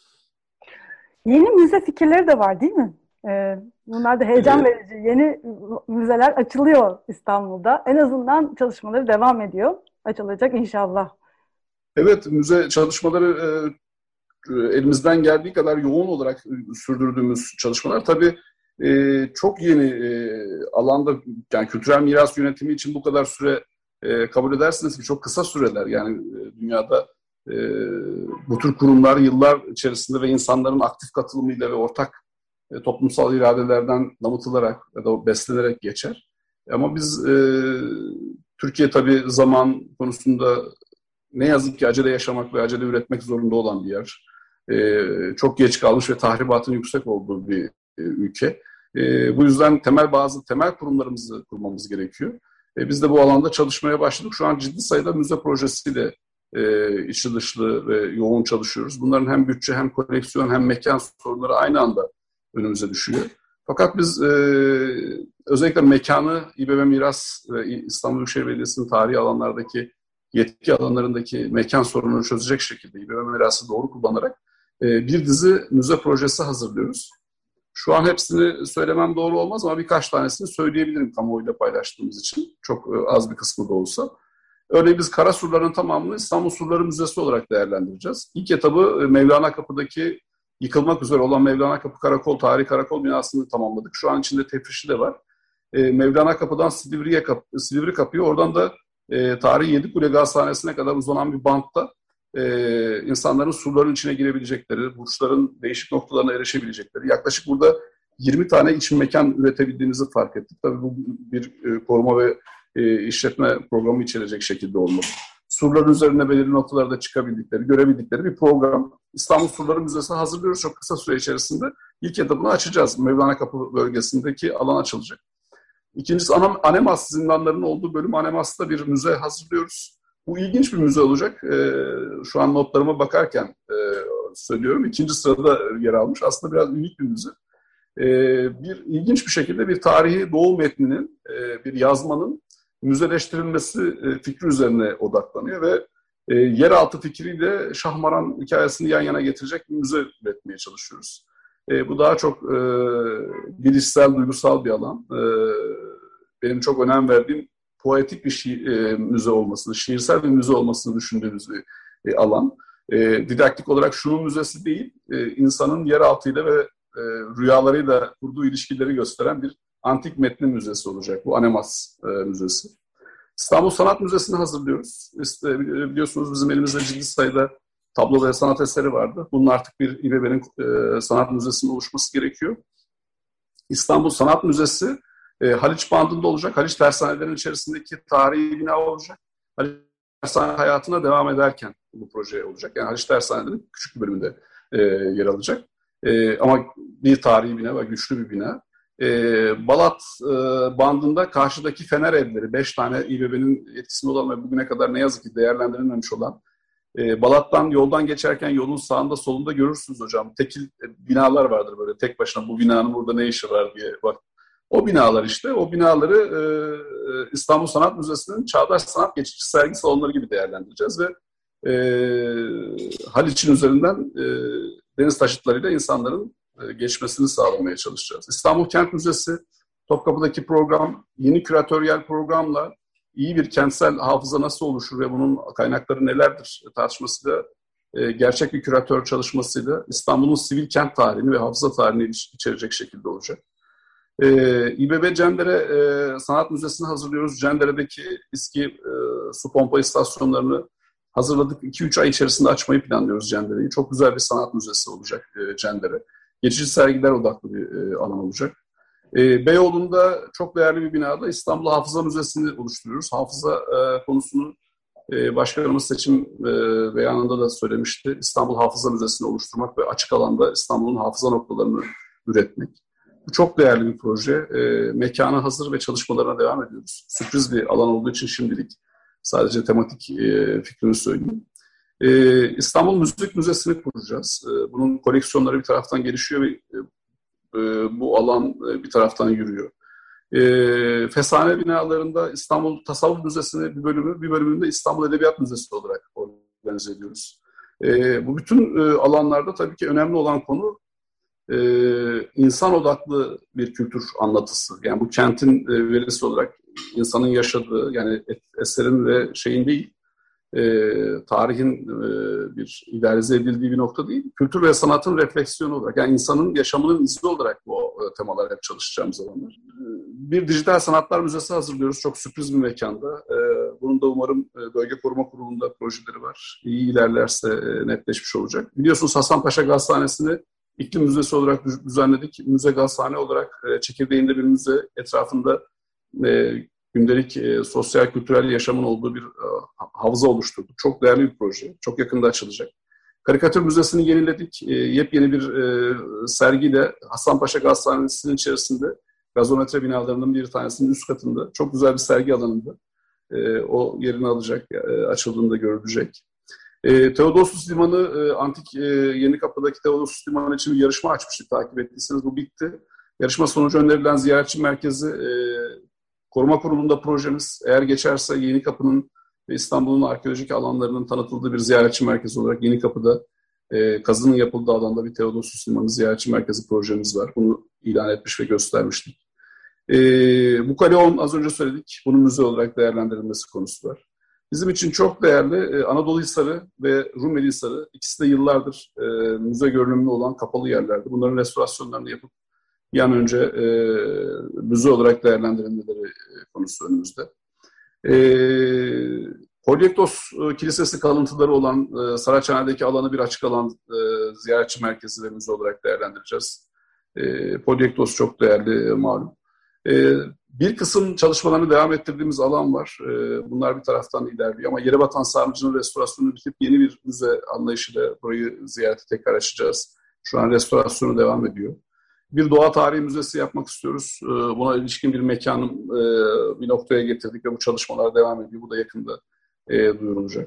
Yeni müze fikirleri de var değil mi? Bunlar da heyecan verici. Yeni müzeler açılıyor İstanbul'da. En azından çalışmaları devam ediyor. Açılacak inşallah. Evet, müze çalışmaları elimizden geldiği kadar yoğun olarak sürdürdüğümüz çalışmalar. Tabii çok yeni alanda, yani kültürel miras yönetimi için bu kadar süre kabul edersiniz ki çok kısa süreler, yani dünyada bu tür kurumlar yıllar içerisinde ve insanların aktif katılımıyla ve ortak toplumsal iradelerden damıtılarak ya da beslenerek geçer. Ama biz Türkiye tabii zaman konusunda ne yazık ki acele yaşamak ve acele üretmek zorunda olan bir yer. Çok geç kalmış ve tahribatın yüksek olduğu bir ülke. Bu yüzden bazı temel kurumlarımızı kurmamız gerekiyor. Biz de bu alanda çalışmaya başladık. Şu an ciddi sayıda müze projesiyle içi dışlı ve yoğun çalışıyoruz. Bunların hem bütçe hem koleksiyon hem mekan sorunları aynı anda önümüze düşüyor. Fakat biz özellikle mekanı İBB Miras ve İstanbul Büyükşehir Belediyesi'nin tarihi alanlardaki yetki alanlarındaki mekan sorununu çözecek şekilde İBB Miras'ı doğru kullanarak bir dizi müze projesi hazırlıyoruz. Şu an hepsini söylemem doğru olmaz ama birkaç tanesini söyleyebilirim kamuoyuyla paylaştığımız için. Çok az bir kısmı da olsa. Örneğin biz Kara Surların tamamını İstanbul Surları Müzesi olarak değerlendireceğiz. İlk etabı Mevlana Kapı'daki yıkılmak üzere olan Mevlana Kapı Karakol, Tarihi Karakol binasını tamamladık. Şu an içinde tefrişi de var. Mevlana Kapı'dan Silivri Kapı'yı, oradan da tarihi Yedikule Gazhanesi'ne kadar uzanan bir bantta insanların surların içine girebilecekleri, burçların değişik noktalarına erişebilecekleri, yaklaşık burada 20 tane iç mekan üretebildiğimizi fark ettik. Tabii bu bir koruma ve işletme programı içerecek şekilde olmalı. Surların üzerine belirli noktalarda çıkabildikleri, görebildikleri bir program. İstanbul Surları Müzesi hazırlıyoruz. Çok kısa süre içerisinde ilk etabını açacağız. Mevlana Kapı bölgesindeki alan açılacak. İkincisi Anemas zindanlarının olduğu bölüm. Anemas'ta bir müze hazırlıyoruz. Bu ilginç bir müze olacak. Şu an notlarıma bakarken söylüyorum. İkinci sırada yer almış. Aslında biraz unik bir müze. Bir ilginç bir şekilde bir tarihi doğu metninin, bir yazmanın müzeleştirilmesi fikri üzerine odaklanıyor ve yeraltı fikriyle Şahmaran hikayesini yan yana getirecek bir müze üretmeye çalışıyoruz. Bu daha çok bilişsel, duygusal bir alan. Benim çok önem verdiğim poetik bir müze olmasını, şiirsel bir müze olmasını düşündüğümüz bir alan. Didaktik olarak şunun müzesi değil, insanın yeraltıyla ve rüyalarıyla kurduğu ilişkileri gösteren bir antik metni müzesi olacak. Bu Anemas Müzesi. İstanbul Sanat Müzesi'ni hazırlıyoruz. Biliyorsunuz bizim elimizde ciddi sayıda tablo ve sanat eseri vardı. Bunun artık bir İBB'nin sanat müzesinin oluşması gerekiyor. İstanbul Sanat Müzesi Haliç bandında olacak. Haliç tersanelerinin içerisindeki tarihi bina olacak. Haliç tersane hayatına devam ederken bu proje olacak. Yani Haliç tersanelerinin küçük bir bölümünde yer alacak. Ama bir tarihi bina ve güçlü bir bina. Balat bandında karşıdaki Fener evleri, 5 tane İBB'nin etkisinde olan ve bugüne kadar ne yazık ki değerlendirilmemiş olan, Balat'tan yoldan geçerken yolun sağında solunda görürsünüz hocam. Tekil binalar vardır böyle tek başına, bu binanın burada ne işi var diye bak. O binalar işte, o binaları İstanbul Sanat Müzesi'nin Çağdaş Sanat Geçici Sergi Salonları gibi değerlendireceğiz ve Haliç'in üzerinden deniz taşıtlarıyla insanların geçmesini sağlamaya çalışacağız. İstanbul Kent Müzesi, Topkapı'daki program, yeni küratöryel programla iyi bir kentsel hafıza nasıl oluşur ve bunun kaynakları nelerdir tartışmasıyla, gerçek bir küratör çalışmasıyla İstanbul'un sivil kent tarihini ve hafıza tarihini içerecek şekilde olacak. İBB Cendere Sanat Müzesi'ni hazırlıyoruz. Cendere'deki eski su pompa istasyonlarını hazırladık. 2-3 ay içerisinde açmayı planlıyoruz Cendere'yi. Çok güzel bir sanat müzesi olacak Cendere. Geçici sergiler odaklı bir alan olacak. Beyoğlu'nda çok değerli bir binada İstanbul Hafıza Müzesi'ni oluşturuyoruz. Hafıza konusunu Başkanımız seçim beyanında da söylemişti. İstanbul Hafıza Müzesi'ni oluşturmak ve açık alanda İstanbul'un hafıza noktalarını üretmek. Bu çok değerli bir proje. Mekanı hazır ve çalışmalarına devam ediyoruz. Sürpriz bir alan olduğu için şimdilik sadece tematik fikrini söyleyeyim. İstanbul Müzik Müzesi'ni kuracağız. Bunun koleksiyonları bir taraftan gelişiyor ve bu alan bir taraftan yürüyor. Fesane binalarında İstanbul Tasavvuf Müzesi'ni bir bölümünde İstanbul Edebiyat Müzesi olarak organize ediyoruz. Bu bütün alanlarda tabii ki önemli olan konu insan odaklı bir kültür anlatısı. Yani bu kentin verisi olarak insanın yaşadığı, yani eserin ve şeyin değil, tarihin bir idealize edildiği bir nokta değil, kültür ve sanatın refleksiyonu olarak, yani insanın yaşamının izi olarak bu temalar hep çalışacağımız alanlar. Bir dijital sanatlar müzesi hazırlıyoruz, çok sürpriz bir mekanda. Bunun Konu'nda umarım Bölge Koruma Kurulu'nda projeleri var. İyi ilerlerse netleşmiş olacak. Biliyorsunuz Hasanpaşa Gazhanesi'ni iklim müzesi olarak düzenledik. Müze gazhane olarak çekirdeğinde bir müze, etrafında gündelik sosyal kültürel yaşamın olduğu bir havza oluşturduk. Çok değerli bir proje. Çok yakında açılacak. Karikatür Müzesi'ni yeniledik. Yepyeni bir sergiyle Hasanpaşa Gazhanesi'nin içerisinde gazometre binalarının bir tanesinin üst katında çok güzel bir sergi alanında o yerini alacak, açıldığında görülecek. Theodosius Limanı, Antik Yenikapı'daki Theodosius Limanı için bir yarışma açmıştık, takip ettiyseniz bu bitti. Yarışma sonucu önerilen ziyaretçi merkezi koruma kurulunda projemiz, eğer geçerse Yenikapı'nın ve İstanbul'un arkeolojik alanlarının tanıtıldığı bir ziyaretçi merkezi olarak Yenikapı'da kazının yapıldığı alanda bir Theodosius Limanı ziyaretçi merkezi projemiz var. Bunu ilan etmiş ve göstermiştik. Bukaleon az önce söyledik. Bunun müze olarak değerlendirilmesi konusu var. Bizim için çok değerli Anadolu Hisarı ve Rumeli Hisarı, ikisi de yıllardır müze görünümlü olan kapalı yerlerdi. Bunların restorasyonlarını yapıp bir an önce müze olarak değerlendirilmeleri konusu önümüzde. Polyektos Kilisesi kalıntıları olan Saraçhane'deki alanı bir açık alan ziyaretçi merkezi ve müze olarak değerlendireceğiz. Polyektos çok değerli malum. Bir kısım çalışmalarını devam ettirdiğimiz alan var. Bunlar bir taraftan ilerliyor ama Yerebatan Sarnıcı'nın restorasyonu bitip yeni bir müze anlayışıyla burayı ziyarete tekrar açacağız. Şu an restorasyonu devam ediyor. Bir doğa tarihi müzesi yapmak istiyoruz. Buna ilişkin bir mekanı bir noktaya getirdik ve bu çalışmalar devam ediyor. Bu da yakında duyurulacak.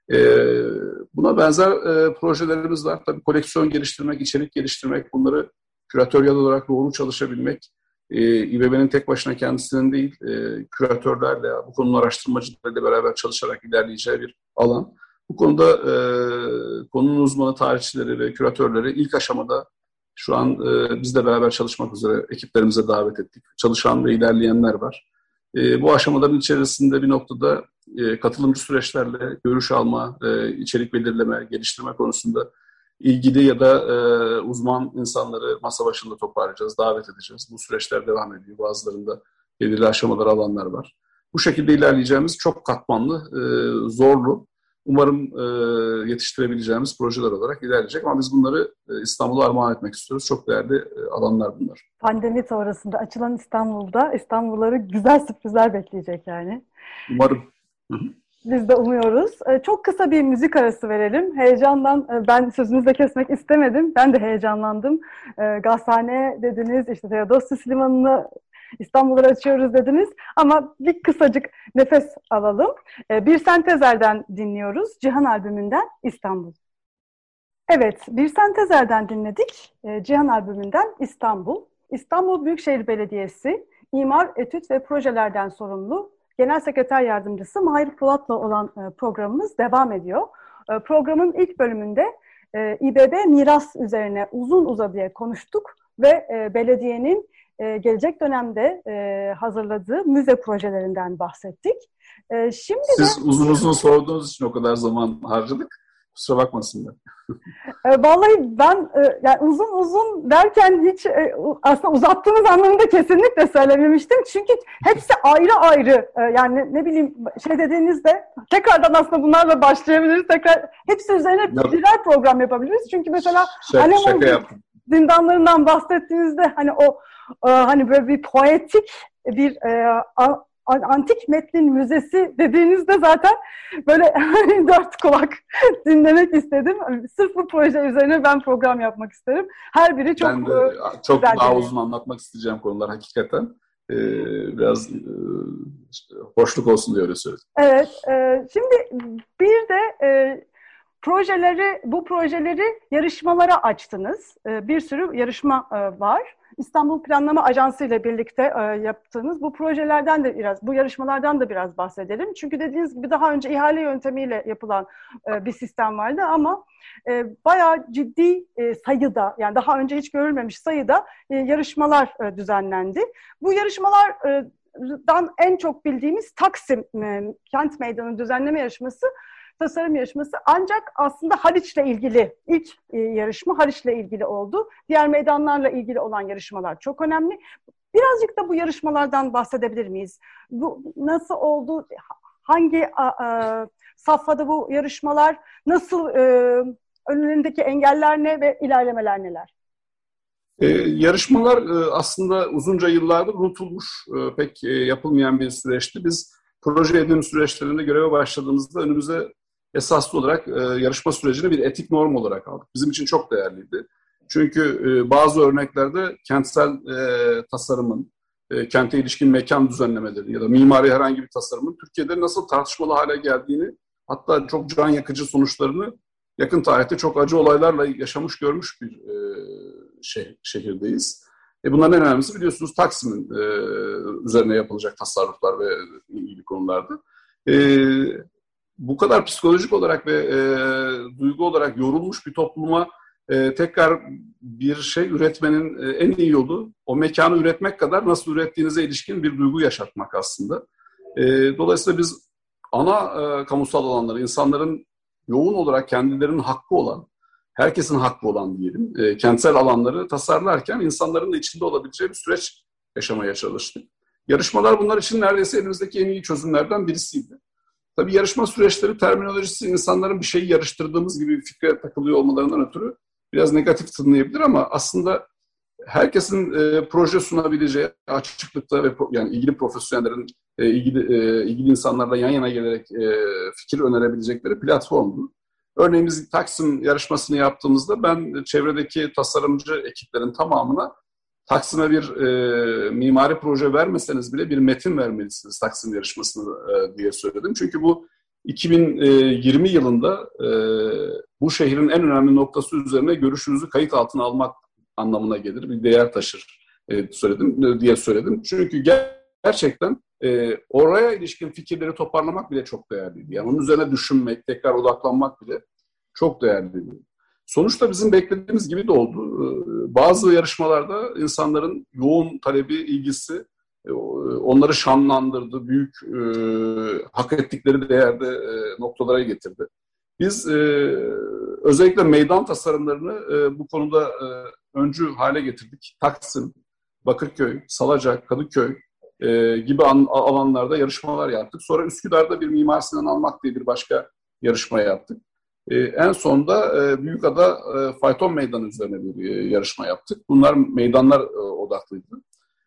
Buna benzer projelerimiz var. Tabii koleksiyon geliştirmek, içerik geliştirmek, bunları küratöryal olarak doğru çalışabilmek, İBB'nin tek başına kendisinin değil, küratörlerle, bu konunun araştırmacılarıyla beraber çalışarak ilerleyeceği bir alan. Bu konuda konunun uzmanı tarihçileri ve küratörleri ilk aşamada şu an bizle beraber çalışmak üzere ekiplerimize davet ettik. Çalışan ve ilerleyenler var. Bu aşamaların içerisinde bir noktada katılımcı süreçlerle görüş alma, içerik belirleme, geliştirme konusunda ilgili ya da uzman insanları masa başında toparlayacağız, davet edeceğiz. Bu süreçler devam ediyor. Bazılarında belirli aşamalar alanlar var. Bu şekilde ilerleyeceğimiz çok katmanlı, zorlu, umarım yetiştirebileceğimiz projeler olarak ilerleyecek. Ama biz bunları İstanbul'a armağan etmek istiyoruz. Çok değerli alanlar bunlar. Pandemi sonrasında açılan İstanbul'da İstanbulluları güzel sürprizler bekleyecek yani. Umarım. Hı-hı. Biz de umuyoruz. Çok kısa bir müzik arası verelim. Heyecandan ben sözünüzü de kesmek istemedim. Ben de heyecanlandım. Gazhane dediniz, işte Theodosius Limanı'nı İstanbul'da açıyoruz dediniz. Ama bir kısacık nefes alalım. Bir Sentezer'den dinliyoruz. Cihan albümünden İstanbul. Evet, bir Sentezer'den dinledik. Cihan albümünden İstanbul. İstanbul Büyükşehir Belediyesi İmar, Etüt ve Projelerden sorumlu Genel Sekreter Yardımcısı Mahir Polat'la olan programımız devam ediyor. Programın ilk bölümünde İBB miras üzerine uzun uzadıya konuştuk ve belediyenin gelecek dönemde hazırladığı müze projelerinden bahsettik. Şimdi siz uzun uzun sorduğunuz için o kadar zaman harcadık. Kusura bakmasınlar. Vallahi ben yani uzun derken hiç aslında uzattığımız anlamında kesinlikle söylememiştim. Çünkü hepsi ayrı yani ne bileyim şey dediğinizde tekrardan aslında bunlarla başlayabiliriz. Tekrar hepsi üzerine birer program yapabiliriz. Çünkü mesela Aleman zindanlarından bahsettiğinizde hani o hani böyle bir poetik bir antik metnin müzesi dediğinizde zaten böyle dört kulak dinlemek istedim. Sırf bu proje üzerine ben program yapmak isterim. Her biri çok ben de çok daha uzun anlatmak isteyeceğim konular hakikaten. Biraz işte, hoşluk olsun diye öyle söyledim. Evet. Şimdi bir de bu projeleri yarışmalara açtınız. Bir sürü yarışma var. İstanbul Planlama Ajansı ile birlikte yaptığınız bu projelerden de bu yarışmalardan da biraz bahsedelim. Çünkü dediğiniz gibi daha önce ihale yöntemiyle yapılan bir sistem vardı ama bayağı ciddi sayıda, yani daha önce hiç görülmemiş sayıda yarışmalar düzenlendi. Bu yarışmalardan en çok bildiğimiz Taksim Kent Meydanı düzenleme yarışması, tasarım yarışması, ancak aslında Haliç'le ilgili ilk yarışma Haliç'le ilgili oldu. Diğer meydanlarla ilgili olan yarışmalar çok önemli. Birazcık da bu yarışmalardan bahsedebilir miyiz? Bu nasıl oldu? Hangi safhada bu yarışmalar? Nasıl önlerindeki engeller ne ve ilerlemeler neler? Yarışmalar aslında uzunca yıllardır unutulmuş, pek yapılmayan bir süreçti. Biz proje edinim süreçlerinde göreve başladığımızda önümüze esaslı olarak yarışma sürecini bir etik norm olarak aldık. Bizim için çok değerliydi. Çünkü bazı örneklerde kentsel tasarımın, kente ilişkin mekan düzenlemeleri ya da mimari herhangi bir tasarımın Türkiye'de nasıl tartışmalı hale geldiğini, hatta çok can yakıcı sonuçlarını yakın tarihte çok acı olaylarla yaşamış görmüş bir şehirdeyiz. Bunların en önemlisi biliyorsunuz Taksim'in üzerine yapılacak tasarruflar ve ilgili konulardı. Bu kadar psikolojik olarak ve duygu olarak yorulmuş bir topluma tekrar bir şey üretmenin en iyi yolu o mekanı üretmek kadar nasıl ürettiğinize ilişkin bir duygu yaşatmak aslında. Dolayısıyla biz ana kamusal alanları, insanların yoğun olarak kendilerinin hakkı olan, herkesin hakkı olan diyelim, kentsel alanları tasarlarken insanların da içinde olabileceği bir süreç yaşamaya çalıştık. Yarışmalar bunlar için neredeyse elimizdeki en iyi çözümlerden birisiydi. Tabii yarışma süreçleri terminolojisi insanların bir şeyi yarıştırdığımız gibi bir fikre takılıyor olmalarından ötürü biraz negatif tınlayabilir ama aslında herkesin proje sunabileceği açıklıkta ve yani ilgili profesyonellerin ilgili insanlarla yan yana gelerek fikir önerebilecekleri platformdu. Örneğin biz Taksim yarışmasını yaptığımızda ben çevredeki tasarımcı ekiplerin tamamına Taksim'e bir mimari proje vermeseniz bile bir metin vermelisiniz Taksim yarışmasını diye söyledim. Çünkü bu 2020 yılında bu şehrin en önemli noktası üzerine görüşünüzü kayıt altına almak anlamına gelir. Bir değer taşır diye söyledim. Çünkü gerçekten oraya ilişkin fikirleri toparlamak bile çok değerliydi. Yani onun üzerine düşünmek, tekrar odaklanmak bile çok değerliydi. Sonuçta bizim beklediğimiz gibi de oldu. Bazı yarışmalarda insanların yoğun talebi, ilgisi onları şanlandırdı, büyük hak ettikleri değerde noktalara getirdi. Biz özellikle meydan tasarımlarını bu konuda öncü hale getirdik. Taksim, Bakırköy, Salacak, Kadıköy gibi alanlarda yarışmalar yaptık. Sonra Üsküdar'da bir Mimar Sinan Almak diye bir başka yarışma yaptık. En sonunda Büyükada Fayton Meydanı üzerine bir yarışma yaptık. Bunlar meydanlar odaklıydı.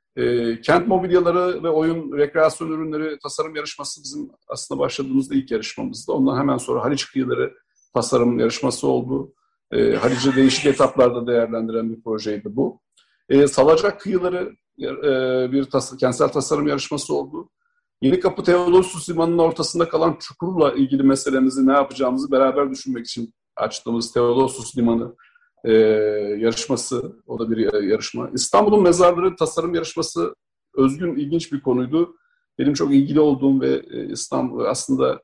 Kent mobilyaları ve oyun, rekreasyon ürünleri tasarım yarışması bizim aslında başladığımızda ilk yarışmamızdı. Ondan hemen sonra Haliç Kıyıları tasarım yarışması oldu. Haliç'i değişik etaplarda değerlendiren bir projeydi bu. Salacak Kıyıları bir kentsel tasarım yarışması oldu. Yenikapı Teodosius Limanı'nın ortasında kalan çukurla ilgili meselemizi ne yapacağımızı beraber düşünmek için açtığımız Teodosius Limanı yarışması, o da bir yarışma. İstanbul'un mezarları tasarım yarışması özgün, ilginç bir konuydu. Benim çok ilgili olduğum ve İstanbul aslında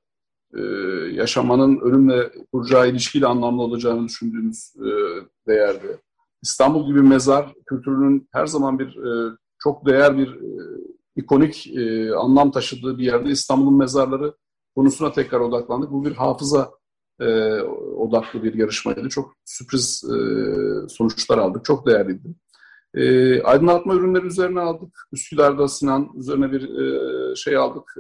yaşamanın ölümle kuracağı ilişkiyle anlamlı olacağını düşündüğümüz değerdi. İstanbul gibi mezar kültürünün her zaman bir çok değer bir ikonik anlam taşıdığı bir yerde İstanbul'un mezarları konusuna tekrar odaklandık. Bu bir hafıza odaklı bir yarışmaydı. Çok sürpriz sonuçlar aldık. Çok değerliydi. Aydınlatma ürünleri üzerine aldık. Üsküdar'da Sinan üzerine bir şey aldık.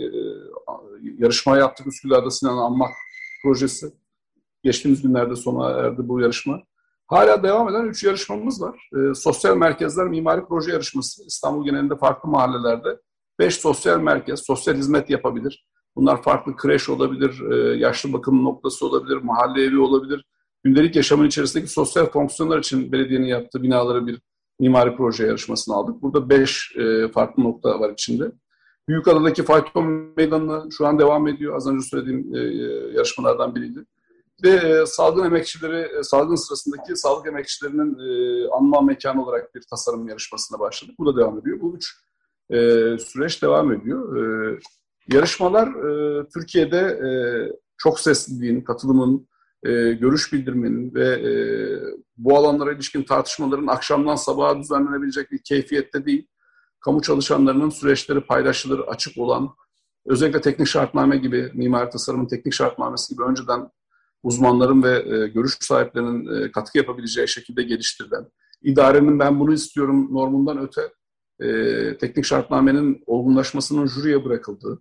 Yarışma yaptık. Üsküdar'da Sinan'ı anmak projesi. Geçtiğimiz günlerde sona erdi bu yarışma. Hala devam eden 3 yarışmamız var. Sosyal merkezler mimari proje yarışması. İstanbul genelinde farklı mahallelerde 5 sosyal merkez, sosyal hizmet yapabilir. Bunlar farklı kreş olabilir, yaşlı bakım noktası olabilir, mahalle evi olabilir. Gündelik yaşamın içerisindeki sosyal fonksiyonlar için belediyenin yaptığı binaları bir mimari proje yarışmasına aldık. Burada 5 farklı nokta var içinde. Büyükada'daki Fayton Meydanı şu an devam ediyor. Az önce söylediğim yarışmalardan biriydi. Ve salgın sırasındaki sağlık emekçilerinin anma mekanı olarak bir tasarım yarışmasına başladık. Bu da devam ediyor. Bu 3 süreç devam ediyor. Yarışmalar Türkiye'de çok sesliliğin, katılımın, görüş bildirmenin ve bu alanlara ilişkin tartışmaların akşamdan sabaha düzenlenebilecek bir keyfiyette değil. Kamu çalışanlarının süreçleri paylaşılır, açık olan, özellikle teknik şartname gibi, mimari tasarımın teknik şartnamesi gibi önceden uzmanların ve görüş sahiplerinin katkı yapabileceği şekilde geliştirilen, idarenin ben bunu istiyorum normundan öte teknik şartnamenin olgunlaşmasının jüriye bırakıldığı,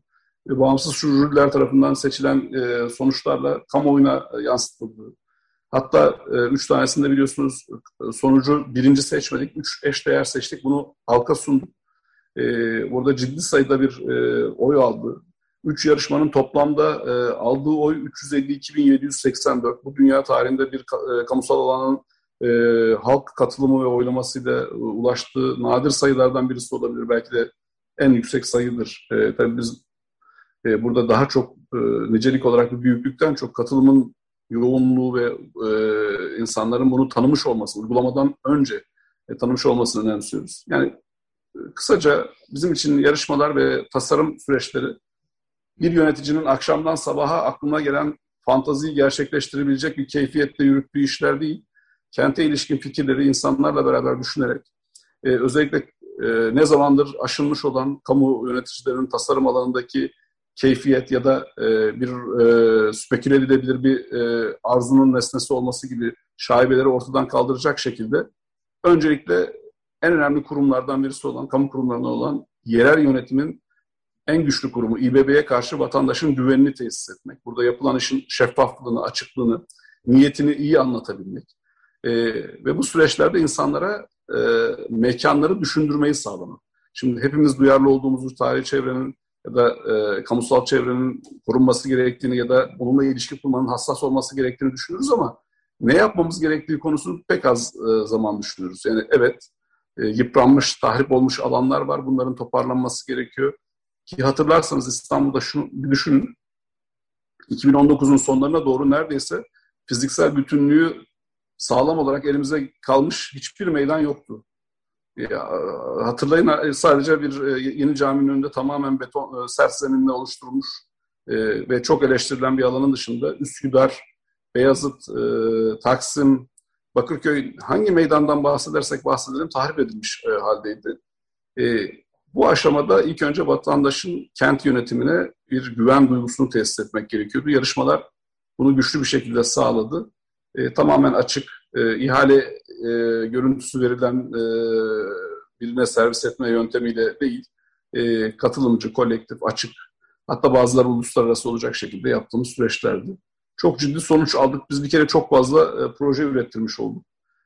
bağımsız jüriler tarafından seçilen sonuçlarla kamuoyuna yansıtıldı. Hatta 3 tanesinde biliyorsunuz sonucu birinci seçmedik, 3 eşdeğer seçtik. Bunu halka sunduk. Orada ciddi sayıda bir oy aldı. 3 yarışmanın toplamda aldığı oy 352.784. Bu dünya tarihinde bir kamusal alanın halk katılımı ve oylamasıyla ulaştığı nadir sayılardan birisi olabilir. Belki de en yüksek sayıdır. Tabii biz burada daha çok nicelik olarak bir büyüklükten çok katılımın yoğunluğu ve insanların bunu tanımış olması, uygulamadan önce tanımış olmasını önemsiyoruz. Yani kısaca bizim için yarışmalar ve tasarım süreçleri bir yöneticinin akşamdan sabaha aklına gelen fantaziyi gerçekleştirebilecek bir keyfiyetle yürüttüğü işler değil. Kente ilişkin fikirleri insanlarla beraber düşünerek özellikle ne zamandır aşılmış olan kamu yöneticilerinin tasarım alanındaki keyfiyet ya da bir speküle edilebilir bir arzunun nesnesi olması gibi şaibeleri ortadan kaldıracak şekilde öncelikle en önemli kurumlardan birisi olan, kamu kurumlarından olan yerel yönetimin en güçlü kurumu İBB'ye karşı vatandaşın güvenini tesis etmek. Burada yapılan işin şeffaflığını, açıklığını, niyetini iyi anlatabilmek. Ve bu süreçlerde insanlara mekanları düşündürmeyi sağlamak. Şimdi hepimiz duyarlı olduğumuzu tarihi çevrenin ya da kamusal çevrenin korunması gerektiğini ya da onunla ilişki kurmanın hassas olması gerektiğini düşünüyoruz ama ne yapmamız gerektiği konusunu pek az zaman düşünüyoruz. Yani evet, yıpranmış, tahrip olmuş alanlar var. Bunların toparlanması gerekiyor. Ki hatırlarsanız İstanbul'da şunu bir düşünün. 2019'un sonlarına doğru neredeyse fiziksel bütünlüğü sağlam olarak elimize kalmış hiçbir meydan yoktu. Ya, hatırlayın, sadece bir yeni caminin önünde tamamen beton, sert zeminle oluşturulmuş ve çok eleştirilen bir alanın dışında Üsküdar, Beyazıt, Taksim, Bakırköy, hangi meydandan bahsedersek bahsedelim tahrip edilmiş haldeydi. Bu aşamada ilk önce vatandaşın kent yönetimine bir güven duygusunu tesis etmek gerekiyordu. Yarışmalar bunu güçlü bir şekilde sağladı. Tamamen açık, ihale görüntüsü verilen birine servis etme yöntemiyle değil, katılımcı, kolektif, açık, hatta bazıları uluslararası olacak şekilde yaptığımız süreçlerdi. Çok ciddi sonuç aldık. Biz bir kere çok fazla proje ürettirmiş olduk.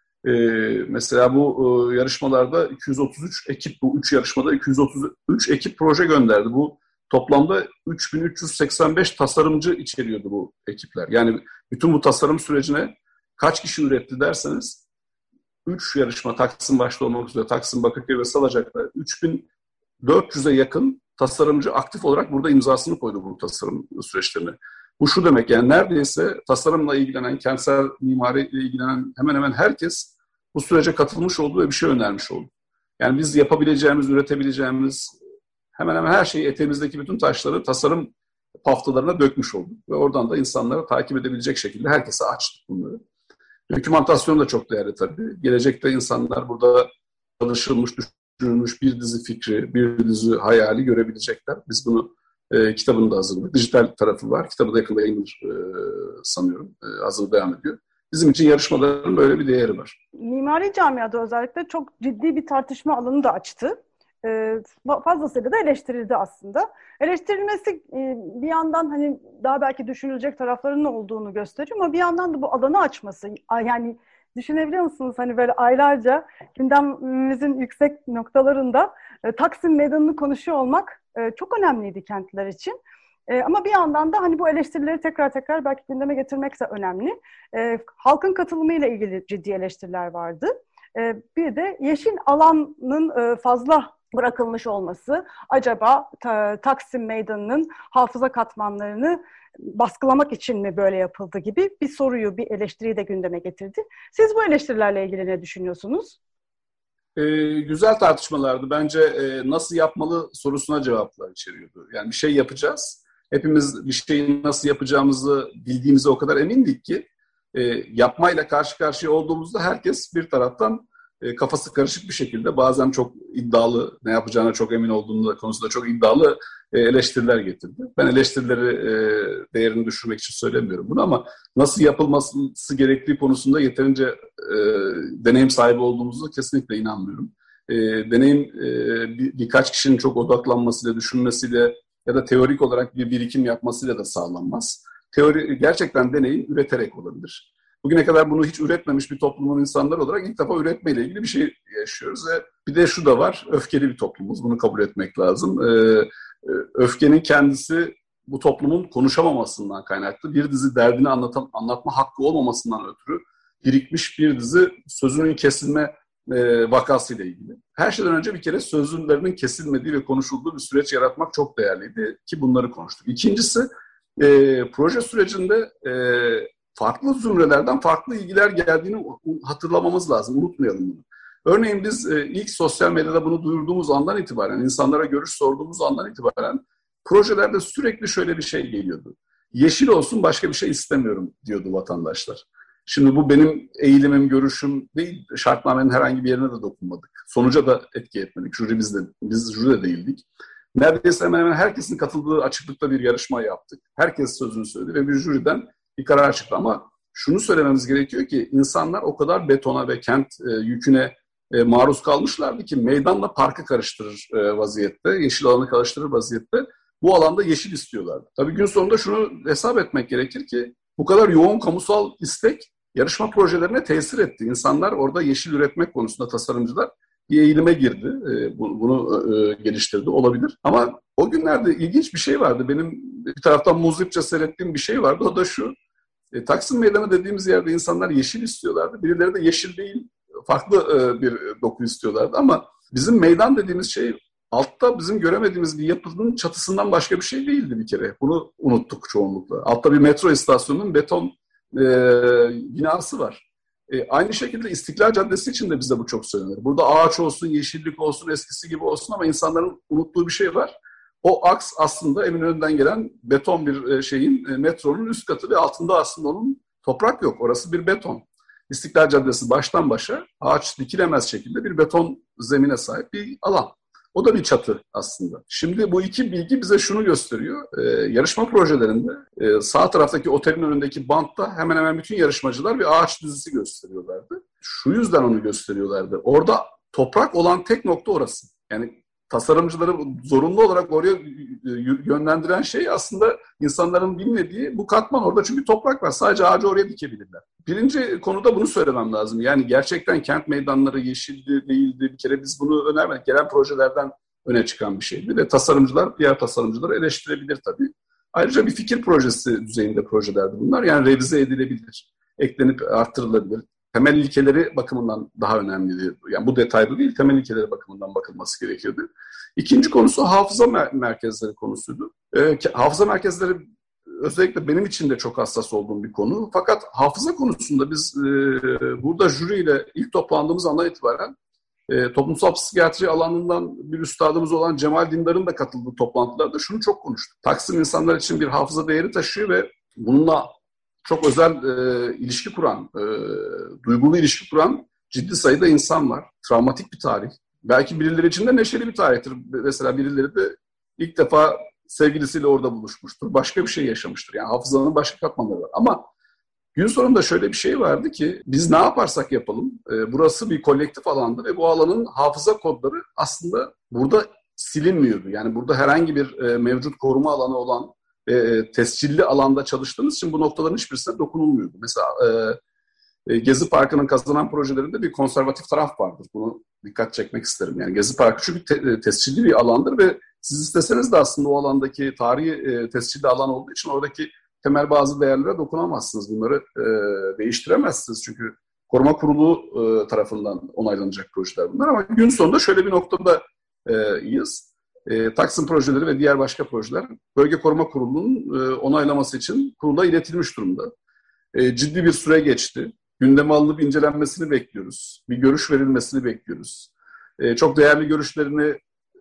Mesela bu yarışmalarda 233 ekip, bu 3 yarışmada 233 ekip proje gönderdi. Bu toplamda 3385 tasarımcı içeriyordu bu ekipler. Yani bütün bu tasarım sürecine kaç kişi üretti derseniz 3 yarışma, Taksim başta olmak üzere, Taksim, Bakırköy ve Salacak'ta 3400'e yakın tasarımcı aktif olarak burada imzasını koydu bu tasarım süreçlerine. Bu şu demek, yani neredeyse tasarımla ilgilenen, kentsel mimariyle ilgilenen hemen hemen herkes bu sürece katılmış oldu ve bir şey önermiş oldu. Yani biz yapabileceğimiz, üretebileceğimiz hemen hemen her şeyi, eteğimizdeki bütün taşları tasarım haftalarına dökmüş olduk. Ve oradan da insanlara takip edebilecek şekilde herkese açtık bunları. Dokümantasyon da çok değerli tabii. Gelecekte insanlar burada çalışılmış, düşünülmüş bir dizi fikri, bir dizi hayali görebilecekler. Biz bunu kitabını da hazırladık. Dijital tarafı var. Kitabı da yakında yayınlanır sanıyorum. Hazır devam ediyor. Bizim için yarışmaların böyle bir değeri var. Mimari camiada özellikle çok ciddi bir tartışma alanı da açtı. Fazlasıyla da eleştirildi aslında. Eleştirilmesi bir yandan hani daha belki düşünülecek taraflarının olduğunu gösteriyor ama bir yandan da bu alanı açması, yani düşünebiliyor musunuz hani böyle aylarca gündemimizin yüksek noktalarında Taksim Meydanı'nı konuşuyor olmak çok önemliydi kentler için. Ama bir yandan da hani bu eleştirileri tekrar belki gündeme getirmek de önemli. Halkın katılımıyla ilgili ciddi eleştiriler vardı. Bir de yeşil alanın fazla bırakılmış olması, acaba Taksim Meydanı'nın hafıza katmanlarını baskılamak için mi böyle yapıldı gibi bir soruyu, bir eleştiriyi de gündeme getirdi. Siz bu eleştirilerle ilgili ne düşünüyorsunuz? Güzel tartışmalardı. Bence nasıl yapmalı sorusuna cevaplar içeriyordu. Yani bir şey yapacağız. Hepimiz bir şeyi nasıl yapacağımızı bildiğimize o kadar emindik ki yapmayla karşı karşıya olduğumuzda herkes bir taraftan kafası karışık bir şekilde, bazen çok iddialı, ne yapacağına çok emin olduğunda konusunda çok iddialı eleştiriler getirdi. Ben eleştirileri değerini düşürmek için söylemiyorum bunu ama nasıl yapılması gerektiği konusunda yeterince deneyim sahibi olduğumuzu kesinlikle inanmıyorum. Deneyim birkaç kişinin çok odaklanmasıyla, düşünmesiyle ya da teorik olarak bir birikim yapmasıyla da sağlanmaz. Teori gerçekten deneyin üreterek olabilir. Bugüne kadar bunu hiç üretmemiş bir toplumun insanları olarak ilk defa üretmeyle ilgili bir şey yaşıyoruz. Ve bir de şu da var, öfkeli bir toplumuz. Bunu kabul etmek lazım. Öfkenin kendisi bu toplumun konuşamamasından kaynaklı, bir dizi derdini anlatma hakkı olmamasından ötürü birikmiş bir dizi sözünün kesilme vakasıyla ilgili. Her şeyden önce bir kere sözlerinin kesilmediği ve konuşulduğu bir süreç yaratmak çok değerliydi ki bunları konuştuk. İkincisi, proje sürecinde farklı zümrelerden farklı ilgiler geldiğini hatırlamamız lazım, unutmayalım bunu. Örneğin biz ilk sosyal medyada bunu duyurduğumuz andan itibaren, insanlara görüş sorduğumuz andan itibaren projelerde sürekli şöyle bir şey geliyordu. Yeşil olsun, başka bir şey istemiyorum diyordu vatandaşlar. Şimdi bu benim eğilimim, görüşüm değil, şartnamenin herhangi bir yerine de dokunmadık. Sonuca da etki etmedik. Biz jüri de değildik. Neredeyse hemen hemen herkesin katıldığı açıklıkta bir yarışma yaptık. Herkes sözünü söyledi ve bir jüriden bir karar çıktı. Ama şunu söylememiz gerekiyor ki insanlar o kadar betona ve kent yüküne maruz kalmışlardı ki meydanla parkı karıştırır vaziyette, yeşil alanı karıştırır vaziyette bu alanda yeşil istiyorlardı. Tabii gün sonunda şunu hesap etmek gerekir ki bu kadar yoğun kamusal istek yarışma projelerine tesir etti. İnsanlar orada yeşil üretmek konusunda tasarımcılar bir eğilime girdi. Bunu geliştirdi olabilir. Ama o günlerde ilginç bir şey vardı. Benim bir taraftan muzipçe seyrettiğim bir şey vardı. O da şu. Taksim Meydanı dediğimiz yerde insanlar yeşil istiyorlardı. Birileri de yeşil değil, farklı bir doku istiyorlardı. Ama bizim meydan dediğimiz şey altta bizim göremediğimiz bir yapının çatısından başka bir şey değildi bir kere. Bunu unuttuk çoğunlukla. Altta bir metro istasyonunun beton binası var. Aynı şekilde İstiklal Caddesi için de bize bu çok söylenir. Burada ağaç olsun, yeşillik olsun, eskisi gibi olsun ama insanların unuttuğu bir şey var. O aks aslında Eminönü'nden gelen beton bir şeyin, metronun üst katı ve altında aslında onun toprak yok. Orası bir beton. İstiklal Caddesi baştan başa ağaç dikilemez şekilde bir beton zemine sahip bir alan. O da bir çatı aslında. Şimdi bu iki bilgi bize şunu gösteriyor. Yarışma projelerinde sağ taraftaki otelin önündeki bantta hemen hemen bütün yarışmacılar bir ağaç dizisi gösteriyorlardı. Şu yüzden onu gösteriyorlardı. Orada toprak olan tek nokta orası. Yani tasarımcıları zorunlu olarak oraya yönlendiren şey aslında insanların bilmediği bu katman orada çünkü toprak var. Sadece ağacı oraya dikebilirler. Birinci konuda bunu söylemem lazım. Yani gerçekten kent meydanları yeşildi, değildi. Bir kere biz bunu önermedik. Gelen projelerden öne çıkan bir şeydi. Ve tasarımcılar, diğer tasarımcıları eleştirebilir tabii. Ayrıca bir fikir projesi düzeyinde projelerdi bunlar. Yani revize edilebilir, eklenip arttırılabilir. Temel ilkeleri bakımından daha önemliydi. Yani bu detaylı değil, temel ilkeleri bakımından bakılması gerekiyordu. İkinci konusu hafıza merkezleri konusuydu. Hafıza merkezleri özellikle benim için de çok hassas olduğum bir konu. Fakat hafıza konusunda biz burada jüriyle ilk toplandığımız andan itibaren toplumsal psikiyatri alanından bir üstadımız olan Cemal Dindar'ın da katıldığı toplantılarda şunu çok konuştuk. Taksim insanlar için bir hafıza değeri taşıyor ve bununla çok özel ilişki kuran, duygulu ilişki kuran ciddi sayıda insan var. Travmatik bir tarih. Belki birileri için de neşeli bir tarihtir. Mesela birileri de ilk defa sevgilisiyle orada buluşmuştur. Başka bir şey yaşamıştır. Yani hafızanın başka katmanları var. Ama gün sonunda şöyle bir şey vardı ki biz ne yaparsak yapalım burası bir kolektif alandı ve bu alanın hafıza kodları aslında burada silinmiyordu. Yani burada herhangi bir mevcut koruma alanı olan tescilli alanda çalıştığımız için bu noktaların hiçbirisine dokunulmuyordu. Mesela Gezi Parkı'nın kazanan projelerinde bir konservatif taraf vardır. Bunu dikkat çekmek isterim. Yani Gezi Parkı çünkü tescilli bir alandır ve siz isteseniz de aslında o alandaki tarihi tescilli alan olduğu için oradaki temel bazı değerlere dokunamazsınız. Bunları değiştiremezsiniz çünkü koruma kurulu tarafından onaylanacak projeler bunlar. Ama gün sonunda şöyle bir noktada iyiyiz. Taksim projeleri ve diğer başka projeler Bölge Koruma Kurulu'nun onaylaması için kurula iletilmiş durumda. Ciddi bir süre geçti. Gündeme alınıp incelenmesini bekliyoruz. Bir görüş verilmesini bekliyoruz. Çok değerli görüşlerini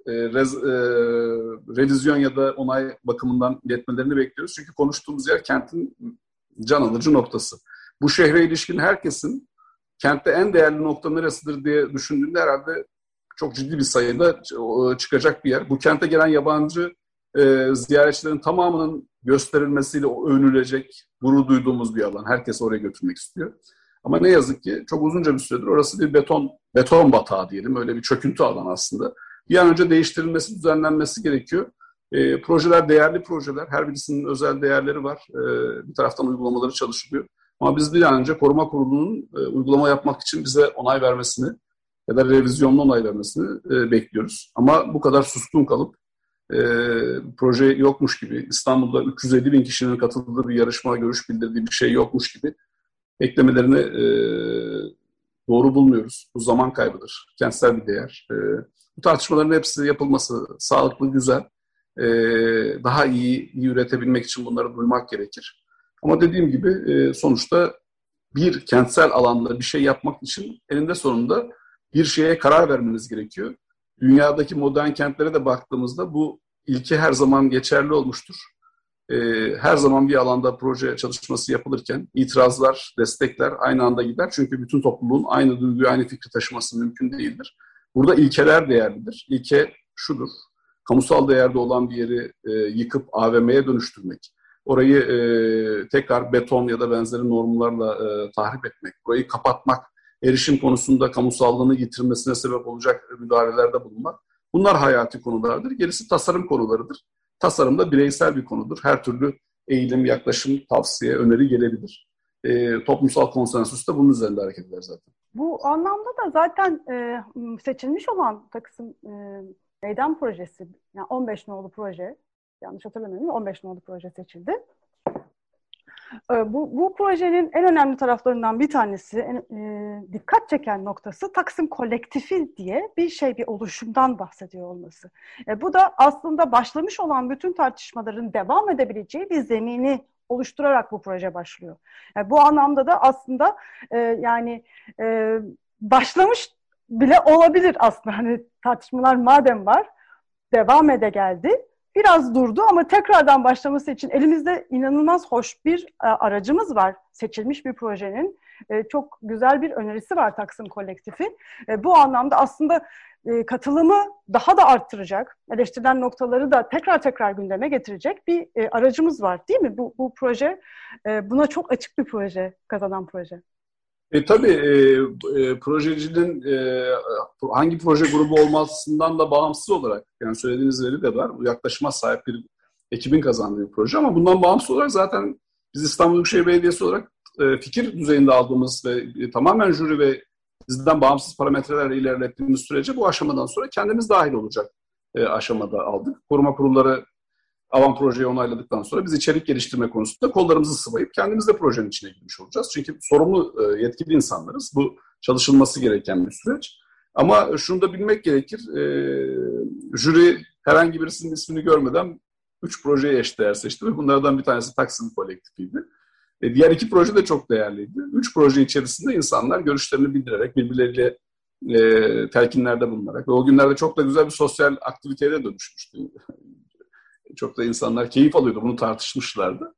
revizyon ya da onay bakımından iletmelerini bekliyoruz. Çünkü konuştuğumuz yer kentin can alıcı noktası. Bu şehre ilişkin herkesin kentte en değerli nokta neresidir diye düşündüğünde herhalde çok ciddi bir sayıda çıkacak bir yer. Bu kente gelen yabancı ziyaretçilerin tamamının gösterilmesiyle övünülecek, gurur duyduğumuz bir alan. Herkes oraya götürmek istiyor. Ama ne yazık ki çok uzunca bir süredir orası bir beton batağı diyelim. Öyle bir çöküntü alanı aslında. Bir an önce değiştirilmesi, düzenlenmesi gerekiyor. Projeler değerli projeler. Her birisinin özel değerleri var. Bir taraftan uygulamaları çalışılıyor. Ama biz bir an önce koruma kurulunun uygulama yapmak için bize onay vermesini ya da revizyonlu onay vermesini bekliyoruz. Ama bu kadar suskun kalıp proje yokmuş gibi, İstanbul'da 350 bin kişinin katıldığı bir yarışma, görüş bildirdiği bir şey yokmuş gibi eklemelerini doğru bulmuyoruz. Bu zaman kaybıdır. Kentsel bir değer. Bu tartışmaların hepsi yapılması sağlıklı, güzel. Daha iyi üretebilmek için bunları duymak gerekir. Ama dediğim gibi sonuçta bir kentsel alanda bir şey yapmak için eninde sonunda bir şeye karar vermeniz gerekiyor. Dünyadaki modern kentlere de baktığımızda bu ilke her zaman geçerli olmuştur. Her zaman bir alanda proje çalışması yapılırken itirazlar, destekler aynı anda gider. Çünkü bütün topluluğun aynı duyguyu, aynı fikri taşıması mümkün değildir. Burada ilkeler değerlidir. İlke şudur: kamusal değerde olan bir yeri yıkıp AVM'ye dönüştürmek, orayı tekrar beton ya da benzeri normlarla tahrip etmek, burayı kapatmak, erişim konusunda kamusallığını yitirmesine sebep olacak müdahalelerde bulunmak. Bunlar hayati konulardır. Gerisi tasarım konularıdır. Tasarım da bireysel bir konudur. Her türlü eğilim, yaklaşım, tavsiye, öneri gelebilir. Toplumsal konsensüs de bunun üzerinde hareket eder zaten. Bu anlamda da zaten seçilmiş olan Taksim Meydan Projesi, yani 15 nolu proje, yanlış hatırlamıyorum, 15 nolu proje seçildi. Bu projenin en önemli taraflarından bir tanesi, dikkat çeken noktası Taksim Kolektifi diye bir oluşumdan bahsediyor olması. Bu da aslında başlamış olan bütün tartışmaların devam edebileceği bir zemini oluşturarak bu proje başlıyor. Bu anlamda da aslında başlamış bile olabilir aslında. Hani tartışmalar madem var, devam geldi. Biraz durdu ama tekrardan başlaması için elimizde inanılmaz hoş bir aracımız var. Seçilmiş bir projenin çok güzel bir önerisi var Taksim Kolektifi. Bu anlamda aslında katılımı daha da arttıracak, eleştirilen noktaları da tekrar gündeme getirecek bir aracımız var, değil mi? Bu proje buna çok açık bir proje, kazanan proje. Tabii projecinin hangi proje grubu olmasından da bağımsız olarak, yani söylediğiniz veri de var, bu yaklaşıma sahip bir ekibin kazandığı bir proje, ama bundan bağımsız olarak zaten biz İstanbul Büyükşehir Belediyesi olarak fikir düzeyinde aldığımız ve tamamen jüri ve bizden bağımsız parametrelerle ilerlettiğimiz sürece bu aşamadan sonra kendimiz dahil olacak aşamada aldık. Koruma kurulları avan projeyi onayladıktan sonra biz içerik geliştirme konusunda kollarımızı sıvayıp kendimiz de projenin içine girmiş olacağız. Çünkü sorumlu, yetkili insanlarız. Bu çalışılması gereken bir süreç. Ama şunu da bilmek gerekir. Jüri herhangi birisinin ismini görmeden 3 projeye eşdeğer seçti ve bunlardan bir tanesi Taksim Kolektifiydi. Diğer 2 proje de çok değerliydi. 3 proje içerisinde insanlar görüşlerini bildirerek, birbirleriyle telkinlerde bulunarak ve o günlerde çok da güzel bir sosyal aktiviteye de dönüşmüştü. Çok da insanlar keyif alıyordu, bunu tartışmışlardı.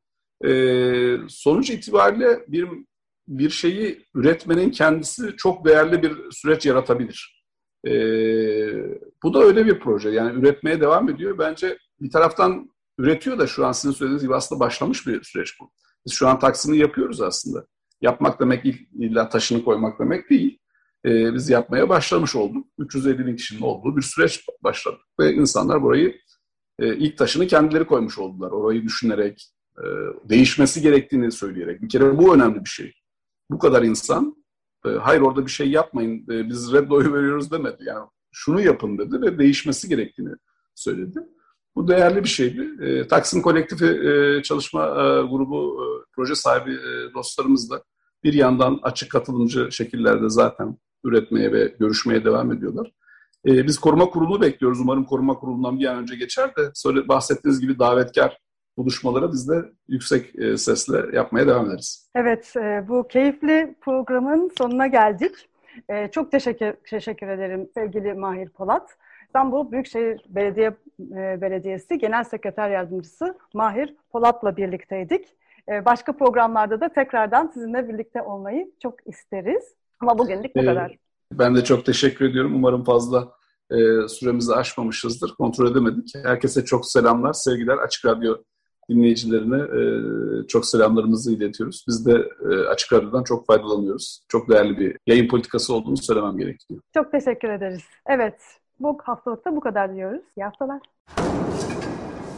Sonuç itibariyle bir şeyi üretmenin kendisi çok değerli bir süreç yaratabilir. Bu da öyle bir proje. Yani üretmeye devam ediyor. Bence bir taraftan üretiyor da şu an sizin söylediğiniz gibi aslında başlamış bir süreç bu. Biz şu an Taksim'i yapıyoruz aslında. Yapmak demek illa taşını koymak demek değil. Biz yapmaya başlamış olduk. 350 bin kişinin olduğu bir süreç başladı. Ve insanlar burayı ilk taşını kendileri koymuş oldular. Orayı düşünerek, değişmesi gerektiğini söyleyerek. Bir kere bu önemli bir şey. Bu kadar insan, hayır orada bir şey yapmayın, biz red oyu veriyoruz demedi. Yani şunu yapın dedi ve değişmesi gerektiğini söyledi. Bu değerli bir şeydi. Taksim Kolektifi çalışma grubu, proje sahibi dostlarımız da bir yandan açık katılımcı şekillerde zaten üretmeye ve görüşmeye devam ediyorlar. Biz koruma kurulunu bekliyoruz. Umarım koruma kurulundan bir an önce geçer de bahsettiğiniz gibi davetkar buluşmaları biz de yüksek sesle yapmaya devam ederiz. Evet, bu keyifli programın sonuna geldik. Çok teşekkür ederim sevgili Mahir Polat. İstanbul Büyükşehir Belediyesi Genel Sekreter Yardımcısı Mahir Polat'la birlikteydik. Başka programlarda da tekrardan sizinle birlikte olmayı çok isteriz. Ama bugünlük bu kadar. Ben de çok teşekkür ediyorum. Umarım fazla süremizi aşmamışızdır. Kontrol edemedik. Herkese çok selamlar, sevgiler. Açık Radyo dinleyicilerine çok selamlarımızı iletiyoruz. Biz de Açık Radyo'dan çok faydalanıyoruz. Çok değerli bir yayın politikası olduğunu söylemem gerekiyor. Çok teşekkür ederiz. Evet, bu haftalıkta bu kadar diyoruz. İyi haftalar.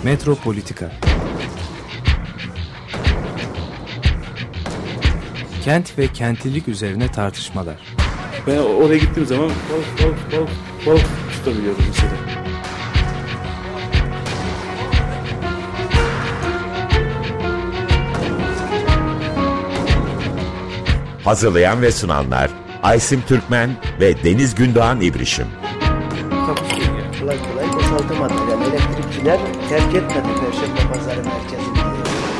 Metropolitika. Kent ve kentlilik üzerine tartışmalar. Ben oraya gittiğim zaman balık tutabiliyorum mesela. Hazırlayan ve sunanlar Aysim Türkmen ve Deniz Gündoğan İbrişim. Takusuyor yani. Kolay kolay boşaltamadı. Yani elektrikçiler terk etmedi Perşembe Pazarı merkezini.